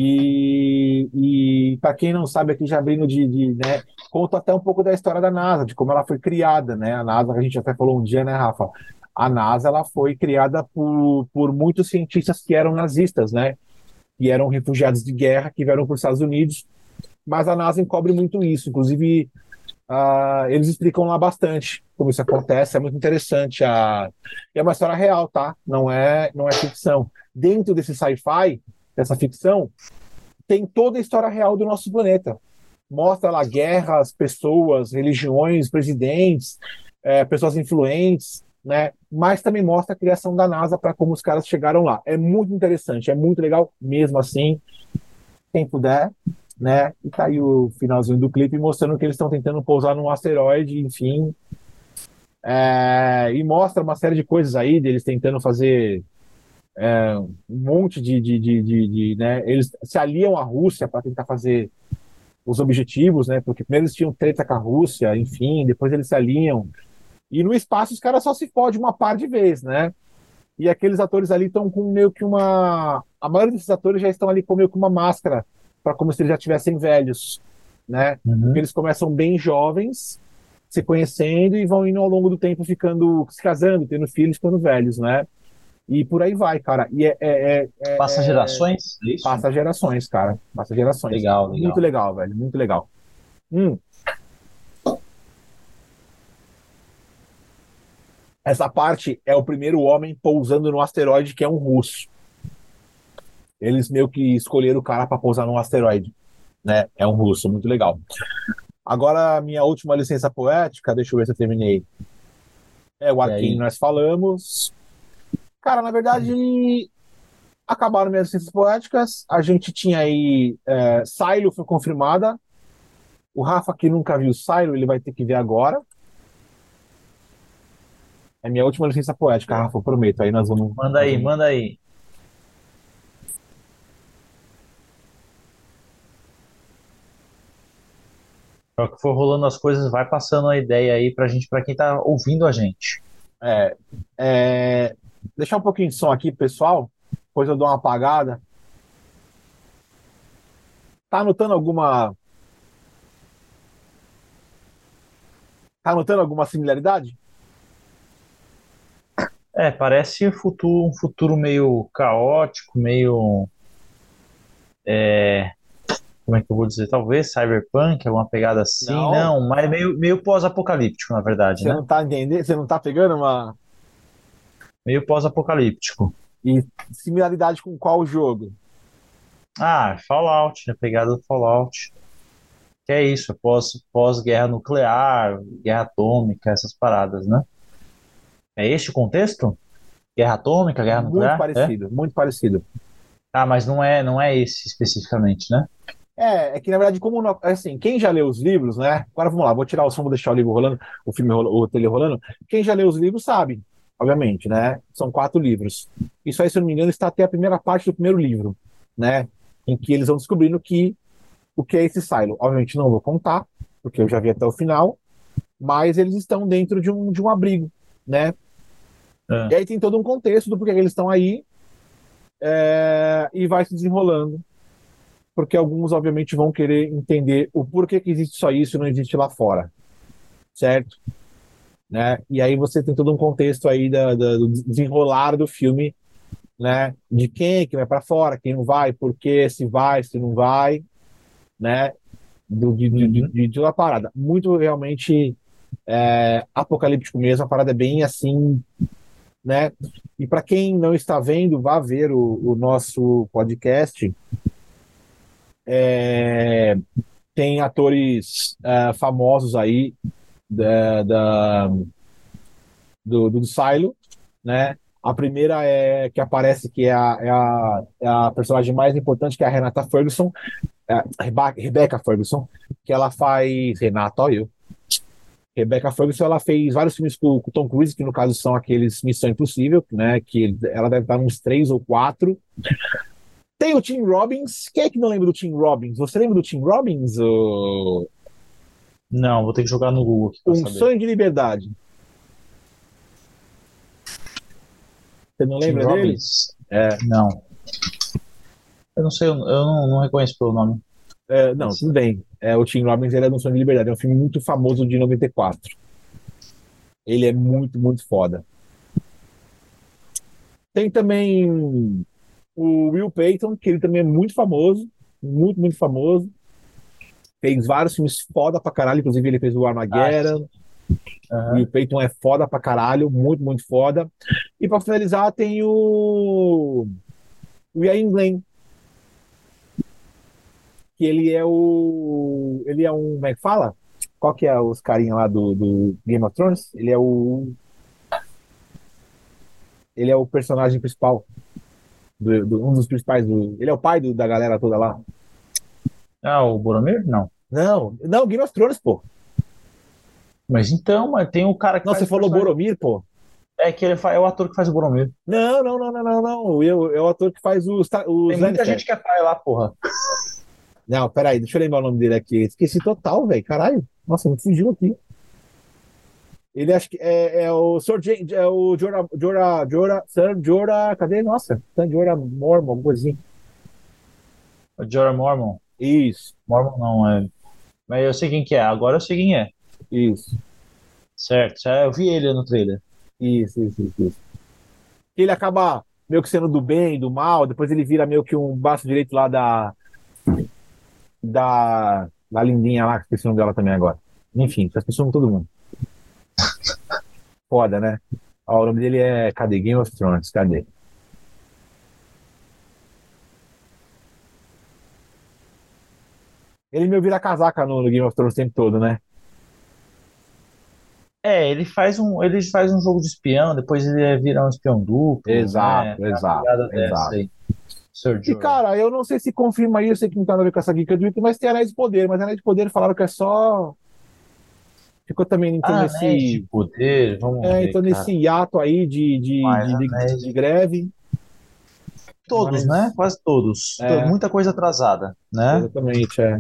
A: E, e para quem não sabe, aqui já abrindo de, de, né, conta até um pouco da história da NASA, de como ela foi criada, né? A NASA, a gente até falou um dia, né, Rafa? A NASA ela foi criada por, por muitos cientistas que eram nazistas, né? Que eram refugiados de guerra, que vieram para os Estados Unidos, mas a NASA encobre muito isso. Inclusive, uh, eles explicam lá bastante como isso acontece, é muito interessante. A... E é uma história real, tá? Não é, não é ficção. Dentro desse sci-fi, dessa ficção, tem toda a história real do nosso planeta. Mostra lá guerras, pessoas, religiões, presidentes, é, pessoas influentes, né? Mas também mostra a criação da NASA para como os caras chegaram lá. É muito interessante, é muito legal mesmo assim. Quem puder, né? E tá aí o finalzinho do clipe mostrando que eles estão tentando pousar num asteroide, enfim. É, e mostra uma série de coisas aí deles tentando fazer um monte de, de, de, de, de, né? Eles se aliam à Rússia para tentar fazer os objetivos, né? Porque primeiro eles tinham treta com a Rússia, enfim, depois eles se alinham. E no espaço os caras só se fodem uma par de vez, né? E aqueles atores ali estão com meio que uma. A maioria desses atores já estão ali com meio que uma máscara, para como se eles já tivessem velhos, né? Porque
B: Uhum.
A: eles começam bem jovens, se conhecendo e vão indo ao longo do tempo ficando, se casando, tendo filhos, ficando velhos, né? E por aí vai, cara. E é, é, é-
B: Passa
A: é- é-
B: gerações, é isso?
A: passa gerações, cara. Passa gerações.
B: Legal,
A: Muito
B: legal.
A: legal, velho. Muito legal. Hum, essa parte é o primeiro homem pousando no asteroide, que é um russo. Eles meio que escolheram o cara para pousar num asteroide, né? É um russo, muito legal. Agora, minha última licença poética, deixa eu ver se eu terminei. É o
B: E
A: Arcane,
B: aí?
A: nós falamos. Cara, na verdade, acabaram minhas licenças poéticas. A gente tinha aí. É, Silo foi confirmada. O Rafa, que nunca viu Silo, ele vai ter que ver agora. É minha última licença poética, Rafa, eu prometo. Aí nós vamos.
B: Manda
A: Nós
B: aí,
A: vamos...
B: manda aí. Para que for rolando as coisas, vai passando a ideia aí pra gente, para quem tá ouvindo a gente.
A: É, é, deixar um pouquinho de som aqui, pessoal. Depois eu dou uma apagada. Tá anotando alguma. Tá anotando alguma similaridade?
B: É, parece um futuro, um futuro meio caótico, meio, como é que eu vou dizer? Talvez cyberpunk, alguma pegada assim,
A: Não.
B: não, mas meio, meio pós-apocalíptico, na verdade,
A: Você
B: né?
A: não tá entendendo? Você não tá pegando uma.
B: Meio pós-apocalíptico.
A: E similaridade com qual jogo?
B: Ah, Fallout, a pegada do Fallout. Que é isso, é pós, pós-guerra nuclear, guerra atômica, essas paradas, né? É este o contexto? Guerra atômica, guerra
A: Muito
B: nuclear? É?
A: parecido, muito parecido.
B: Ah, mas não é, não é esse especificamente, né?
A: É, é que na verdade, como não- assim, quem já leu os livros, né? Agora vamos lá, vou tirar o som, vou deixar o livro rolando, o filme, rolo- o tele rolando. Quem já leu os livros sabe, obviamente, né? São quatro livros. Isso aí, se eu não me engano, está até a primeira parte do primeiro livro, né? Em que eles vão descobrindo que o que é esse silo. Obviamente não vou contar, porque eu já vi até o final, mas eles estão dentro de um, de um abrigo, né? E
B: É.
A: aí tem todo um contexto do porquê que eles estão aí, é, e vai se desenrolando, porque alguns, obviamente, vão querer entender o porquê que existe só isso e não existe lá fora, certo? Né? E aí você tem todo um contexto aí da, da- do desenrolar do filme, né? De quem que vai para fora, quem não vai, por quê, se vai, se não vai, né? Do, de, de, de,
B: Uhum.
A: de, de uma parada. Muito realmente é, apocalíptico mesmo, a parada é bem assim, né? E para quem não está vendo, vá ver o, o nosso podcast. É, tem atores é, famosos aí da, da- do, do Silo, né? A primeira é que aparece, que é a, é a, é a personagem mais importante, que é a Renata Ferguson, é a Reba- Rebecca Ferguson, que ela faz. Renata, olha eu. Rebecca Ferguson, ela fez vários filmes com o Tom Cruise, que no caso são aqueles Missão Impossível, né? Que ele- ela deve estar uns três ou quatro. Tem o Tim Robbins. Quem é que não lembra do Tim Robbins? Você lembra do Tim Robbins? O-
B: Não, vou ter que jogar no Google aqui pra
A: Um
B: saber.
A: Sonho de Liberdade. Você não
B: Tim
A: lembra dele?
B: Robbins?
A: É,
B: Não. Eu não sei, eu, eu não, não reconheço pelo nome.
A: é, não,
B: Esse.
A: tudo bem. É, o Tim Robbins ele é do Sonho de Liberdade. É um filme muito famoso de noventa e quatro. Ele é muito, muito foda. Tem também o Will Payton, que ele também é muito famoso. Muito, muito famoso. Fez vários filmes foda pra caralho. Inclusive, ele fez o
B: Ah, sim.
A: Armageddon. O Will
B: Aham.
A: Payton é foda pra caralho. Muito, muito foda. E pra finalizar, tem o, o Ian Glenn, que ele é o. Ele é um. Como é que fala? Qual que é os carinha lá do, do Game of Thrones? Ele é o. Ele é o personagem principal. Do, do- um dos principais. Do, ele é o pai do- da galera toda lá.
B: Ah, o Boromir? Não.
A: Não, não, Game of Thrones, pô.
B: Mas então, mas tem o cara que
A: Não, você
B: faz o
A: falou
B: personagem.
A: Boromir, pô.
B: É que ele fa- é o ator que faz o Boromir.
A: Não, não, não, não, não, não. Eu, é o ator que faz os, Ta- os
B: Tem muita
A: Lannister.
B: gente que é pai lá, porra.
A: Não, peraí, deixa eu lembrar o nome dele aqui. Esqueci total, velho. Caralho. Nossa, me fugiu aqui. Ele acho que é, é o Sir James, é o Jorah, Jorah, Jorah, Sir Jorah, cadê? Nossa, Sir Jorah Mormon, alguma coisa assim.
B: O Jorah Mormon.
A: Isso,
B: Mormon não, é. Mas eu sei quem que é. Agora eu sei quem é.
A: isso,
B: Certo. Já eu vi ele no trailer.
A: isso, isso, isso, isso. Ele acaba meio que sendo do bem, do mal, depois ele vira meio que um braço direito lá da, da, da lindinha lá, que esqueci o nome dela também agora. Enfim, tá esquecendo todo mundo. Foda, né? Ó, o nome dele é. Cadê? Game of Thrones, cadê? Ele meio vira casaca no, no Game of Thrones o tempo todo, né?
B: É, ele faz um, ele faz um jogo de espião, depois ele vira um espião duplo, né?
A: Exato,
B: Tem uma
A: exato,
B: pegada dessa
A: exato.
B: aí. Sir
A: E,
B: Jorah.
A: cara, eu não sei se confirma isso, eu sei que não tem nada a ver com essa Geek Week, mas tem Anéis de Poder, mas Anéis de Poder falaram que é só. Ficou também então
B: Anéis de
A: nesse.
B: Poder, vamos
A: É,
B: ver,
A: então
B: cara.
A: nesse hiato aí de, de,
B: Mais
A: de, de,
B: Anéis.
A: de greve.
B: Todos, né?
A: Mas,
B: Quase todos. To-
A: é,
B: Muita coisa atrasada, né?
A: exatamente, é.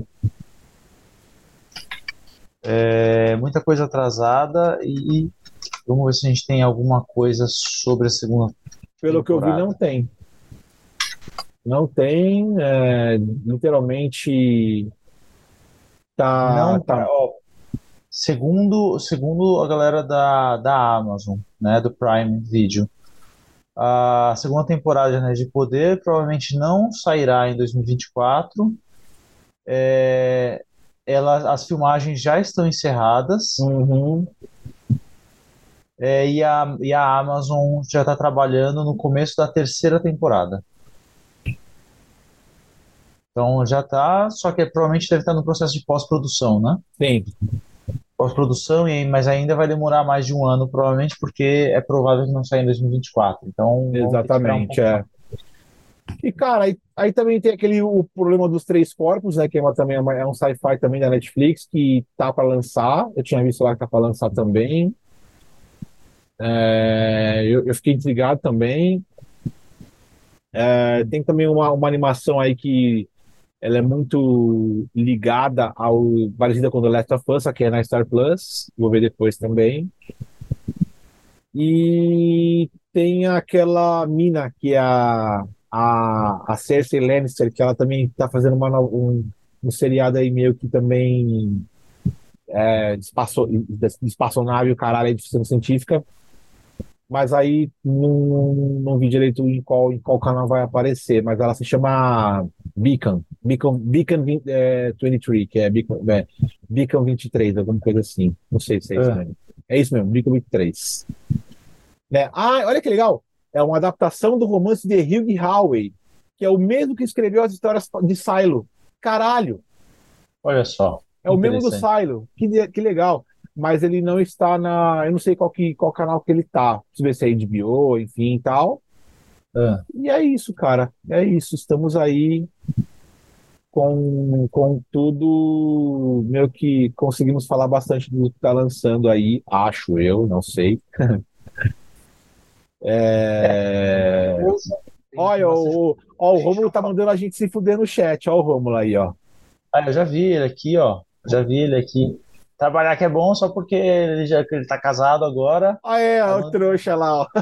B: É, muita coisa atrasada e vamos ver se a gente tem alguma coisa sobre a segunda
A: Pelo que eu vi, não
B: temporada.
A: tem. Não tem, é, literalmente tá,
B: Não,
A: tá.
B: pra- ó, segundo, segundo a galera da, da Amazon, né, do Prime Video, a segunda temporada de Anéis de Poder provavelmente não sairá em dois mil e vinte e quatro. É, ela, as filmagens já estão encerradas,
A: Uhum.
B: é, e, a, e a Amazon já está trabalhando no começo da terceira temporada. Então já está, só que provavelmente deve estar no processo de pós-produção, né?
A: Sim,
B: Pós-produção, e- mas ainda vai demorar mais de um ano, provavelmente, porque é provável que não saia em dois mil e vinte e quatro. Então vamos ter que esperar um
A: exatamente,
B: pouco mais.
A: é. E, cara, aí, aí também tem aquele o problema dos três corpos, né? Que é uma, também é, uma- é um sci-fi também da Netflix que tá para lançar. Eu tinha visto lá que tá para lançar também. É, eu, eu fiquei intrigado também. É, tem também uma, uma animação aí que ela é muito ligada ao parecida com The Last of Us, só que é na Star Plus. Vou ver depois também. E tem aquela mina que é a, a, a Cersei Lannister, que ela também está fazendo uma, no- um, um seriado aí meio que também é, de espaço, de espaçonave, o caralho, é de ficção científica. Mas aí não, não vi direito em qual, em qual canal vai aparecer, mas ela se chama Beacon, Beacon, Beacon vinte, é, vinte e três, que é Beacon, é, Beacon vinte e três, alguma coisa assim. Não sei se é isso
B: É,
A: mesmo. É isso mesmo, Beacon vinte e três. Né? Ah, olha que legal! É uma adaptação do romance de Hugh Howey, que é o mesmo que escreveu as histórias de Silo. Caralho!
B: olha só,
A: É
B: que
A: o mesmo do
B: interessante.
A: Silo. Que, que legal. Mas ele não está na. Eu não sei qual, que, qual canal que ele tá. Se ver se é H B O, enfim e tal.
B: É.
A: E é isso, cara. É isso. Estamos aí com, com tudo. Meio que conseguimos falar bastante do que está lançando aí, acho eu, não sei.
B: É,
A: É...
B: coisa, tem, tem
A: Olha,
B: bastante
A: o,
B: coisa
A: ó, o
B: que a gente
A: Rômulo
B: não
A: tá
B: falou.
A: mandando a gente se fuder no chat. Ó, o Rômulo aí, ó.
B: Ah, eu já vi ele aqui, ó. Já vi ele aqui. Trabalhar que é bom só porque ele já que ele tá casado agora.
A: Ah, é,
B: Tá
A: ó, o
B: dando-
A: trouxa lá, ó.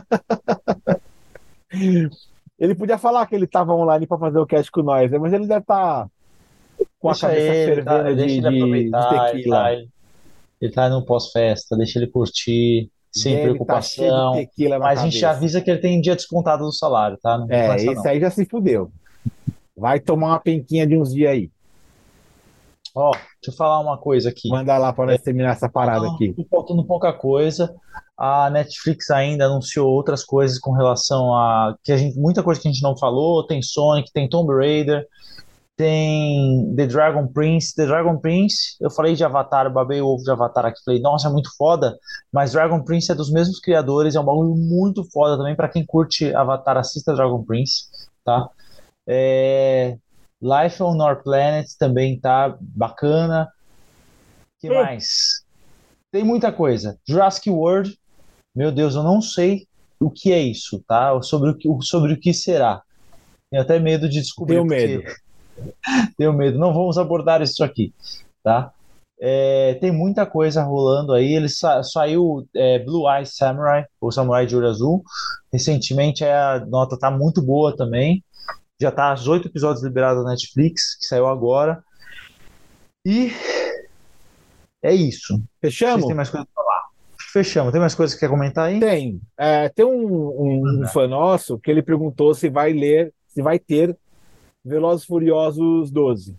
A: Ele podia falar que ele tava online para fazer o cast com nós, né? Mas ele deve estar com a
B: Deixa
A: cabeça
B: ele, tá?
A: fervendo
B: Deixa
A: de,
B: ele
A: de, de
B: aproveitar. Ele tá,
A: tequila.
B: ele tá no pós-festa, deixa ele curtir, sem
A: Deve estar cheio de
B: preocupação.
A: tequila na
B: Mas a gente já
A: cabeça.
B: avisa que ele tem dia descontado do salário, tá? Não vem com
A: É,
B: essa,
A: esse
B: não.
A: aí já se fudeu. Vai tomar uma penquinha de uns dias aí.
B: Ó, deixa eu falar uma coisa aqui.
A: Manda lá para nós terminar essa parada
B: Faltando,
A: aqui.
B: faltando pouca coisa. A Netflix ainda anunciou outras coisas com relação a que a gente, muita coisa que a gente não falou. Tem Sonic, tem Tomb Raider, tem The Dragon Prince. The Dragon Prince, eu falei de Avatar, eu babei o ovo de Avatar aqui, falei, nossa, é muito foda. Mas Dragon Prince é dos mesmos criadores, é um bagulho muito foda também. Pra quem curte Avatar, assista Dragon Prince, tá? É, Life on Our Planet também tá bacana. Que
A: Hum.
B: mais? Tem muita coisa. Jurassic World, meu Deus, eu não sei. o que é isso, tá? Sobre o que, sobre o que será. Tenho até medo de descobrir,
A: Tenho
B: porque
A: medo.
B: tenho medo. Não vamos abordar isso aqui, tá? É, tem muita coisa rolando aí. Ele sa saiu é, Blue Eye Samurai, o Samurai de Olho Azul. Recentemente a nota tá muito boa também. Já tá os oito episódios liberados na Netflix, que saiu agora. E é isso. Vocês têm
A: Fechamos?
B: mais coisa pra falar? Fechamos. Tem mais coisas que quer comentar aí?
A: Tem. É, tem um, um, um
B: Manda.
A: fã nosso que ele perguntou se vai ler, se vai ter Velozes e Furiosos doze.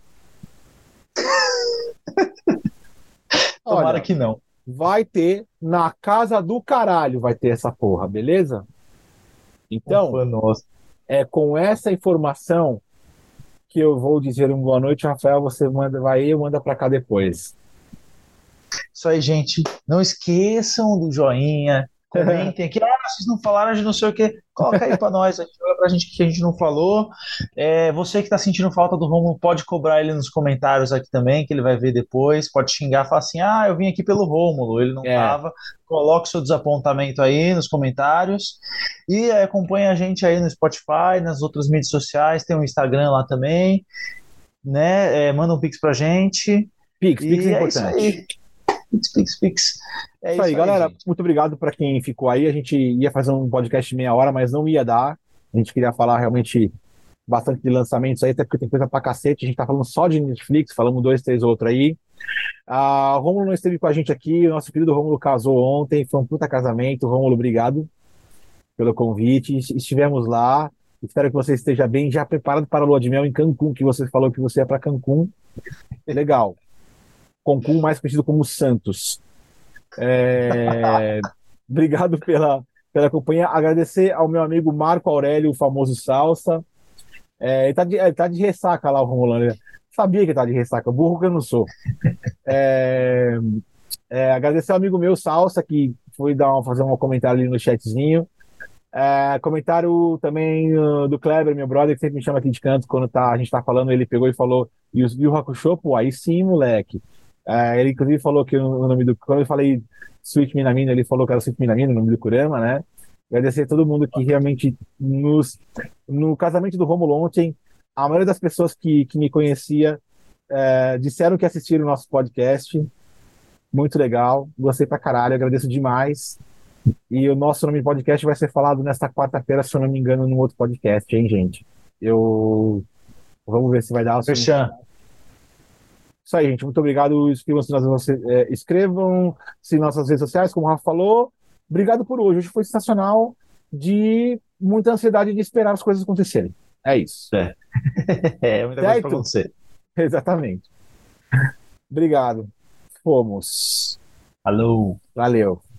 B: Tomara
A: Olha,
B: que não.
A: vai ter na casa do caralho, vai ter essa porra, beleza?
B: Um
A: Então,
B: fã nosso.
A: é com essa informação que eu vou dizer uma boa noite, Rafael. Você manda, vai aí, manda pra cá depois.
B: Isso aí, gente. Não esqueçam do joinha. Comentem aqui. Ah, vocês não falaram de não sei o quê. Coloca aí pra nós. A gente olha pra gente o que a gente não falou. É, você que tá sentindo falta do Romulo, pode cobrar ele nos comentários aqui também, que ele vai ver depois. Pode xingar, falar assim: ah, eu vim aqui pelo Rômulo, ele não
A: É,
B: tava. Coloque seu desapontamento aí nos comentários. E é, acompanhe a gente aí no Spotify, nas outras mídias sociais. Tem o Instagram lá também. Né? É, manda um pix pra gente.
A: Pix, Pix é
B: E é isso
A: importante.
B: aí. Pix, pix, pix. É
A: Isso aí,
B: isso aí,
A: galera.
B: gente.
A: Muito obrigado para quem ficou aí. A gente ia fazer um podcast de meia hora, mas não ia dar. A gente queria falar realmente bastante de lançamentos aí, até porque tem coisa pra cacete. A gente tá falando só de Netflix, falamos dois, três outros aí. Ah, o Rômulo não esteve com a gente aqui. O nosso querido Rômulo casou ontem. Foi um puta casamento. Rômulo, obrigado pelo convite. Estivemos lá. Espero que você esteja bem, já preparado para a lua de mel em Cancún, que você falou que você é para Cancún. Legal. Cancún, mais conhecido como Santos. É, Obrigado pela, pela companhia. Agradecer ao meu amigo Marco Aurélio, o famoso Salsa. É, ele, tá de, ele tá de ressaca lá, o Romulano. Ele sabia que ele tá de ressaca, burro que eu não sou. É, é, agradecer ao amigo meu, Salsa, que foi dar uma, fazer um comentário ali no chatzinho. É, comentário também uh, do Kleber, meu brother, que sempre me chama aqui de canto quando tá, a gente tá falando. Ele pegou e falou: e o Yu Hakusho, pô, aí sim, moleque. É, ele inclusive falou que o, o nome do. Quando eu falei Sweet Minamino, ele falou que era Sweet Minamino, o nome do Kurama, né? Agradecer a todo mundo que realmente nos. No casamento do Romulo ontem, a maioria das pessoas que, que me conhecia é, disseram que assistiram o nosso podcast. Muito legal, gostei pra caralho, agradeço demais. E o nosso nome de podcast vai ser falado nesta quarta-feira, se eu não me engano, num outro podcast, hein, gente? Eu. Vamos ver se vai dar. Se...
B: Merchan.
A: Isso aí, gente. Muito obrigado. Inscrevam-se nas nossas, é, inscrevam-se nas nossas redes sociais, como o Rafa falou. Obrigado por hoje. Hoje foi sensacional, de muita ansiedade de esperar as coisas acontecerem. É isso.
B: É, é muita coisa para
A: Certo?
B: acontecer.
A: Exatamente. Obrigado. Fomos.
B: Alô.
A: Valeu.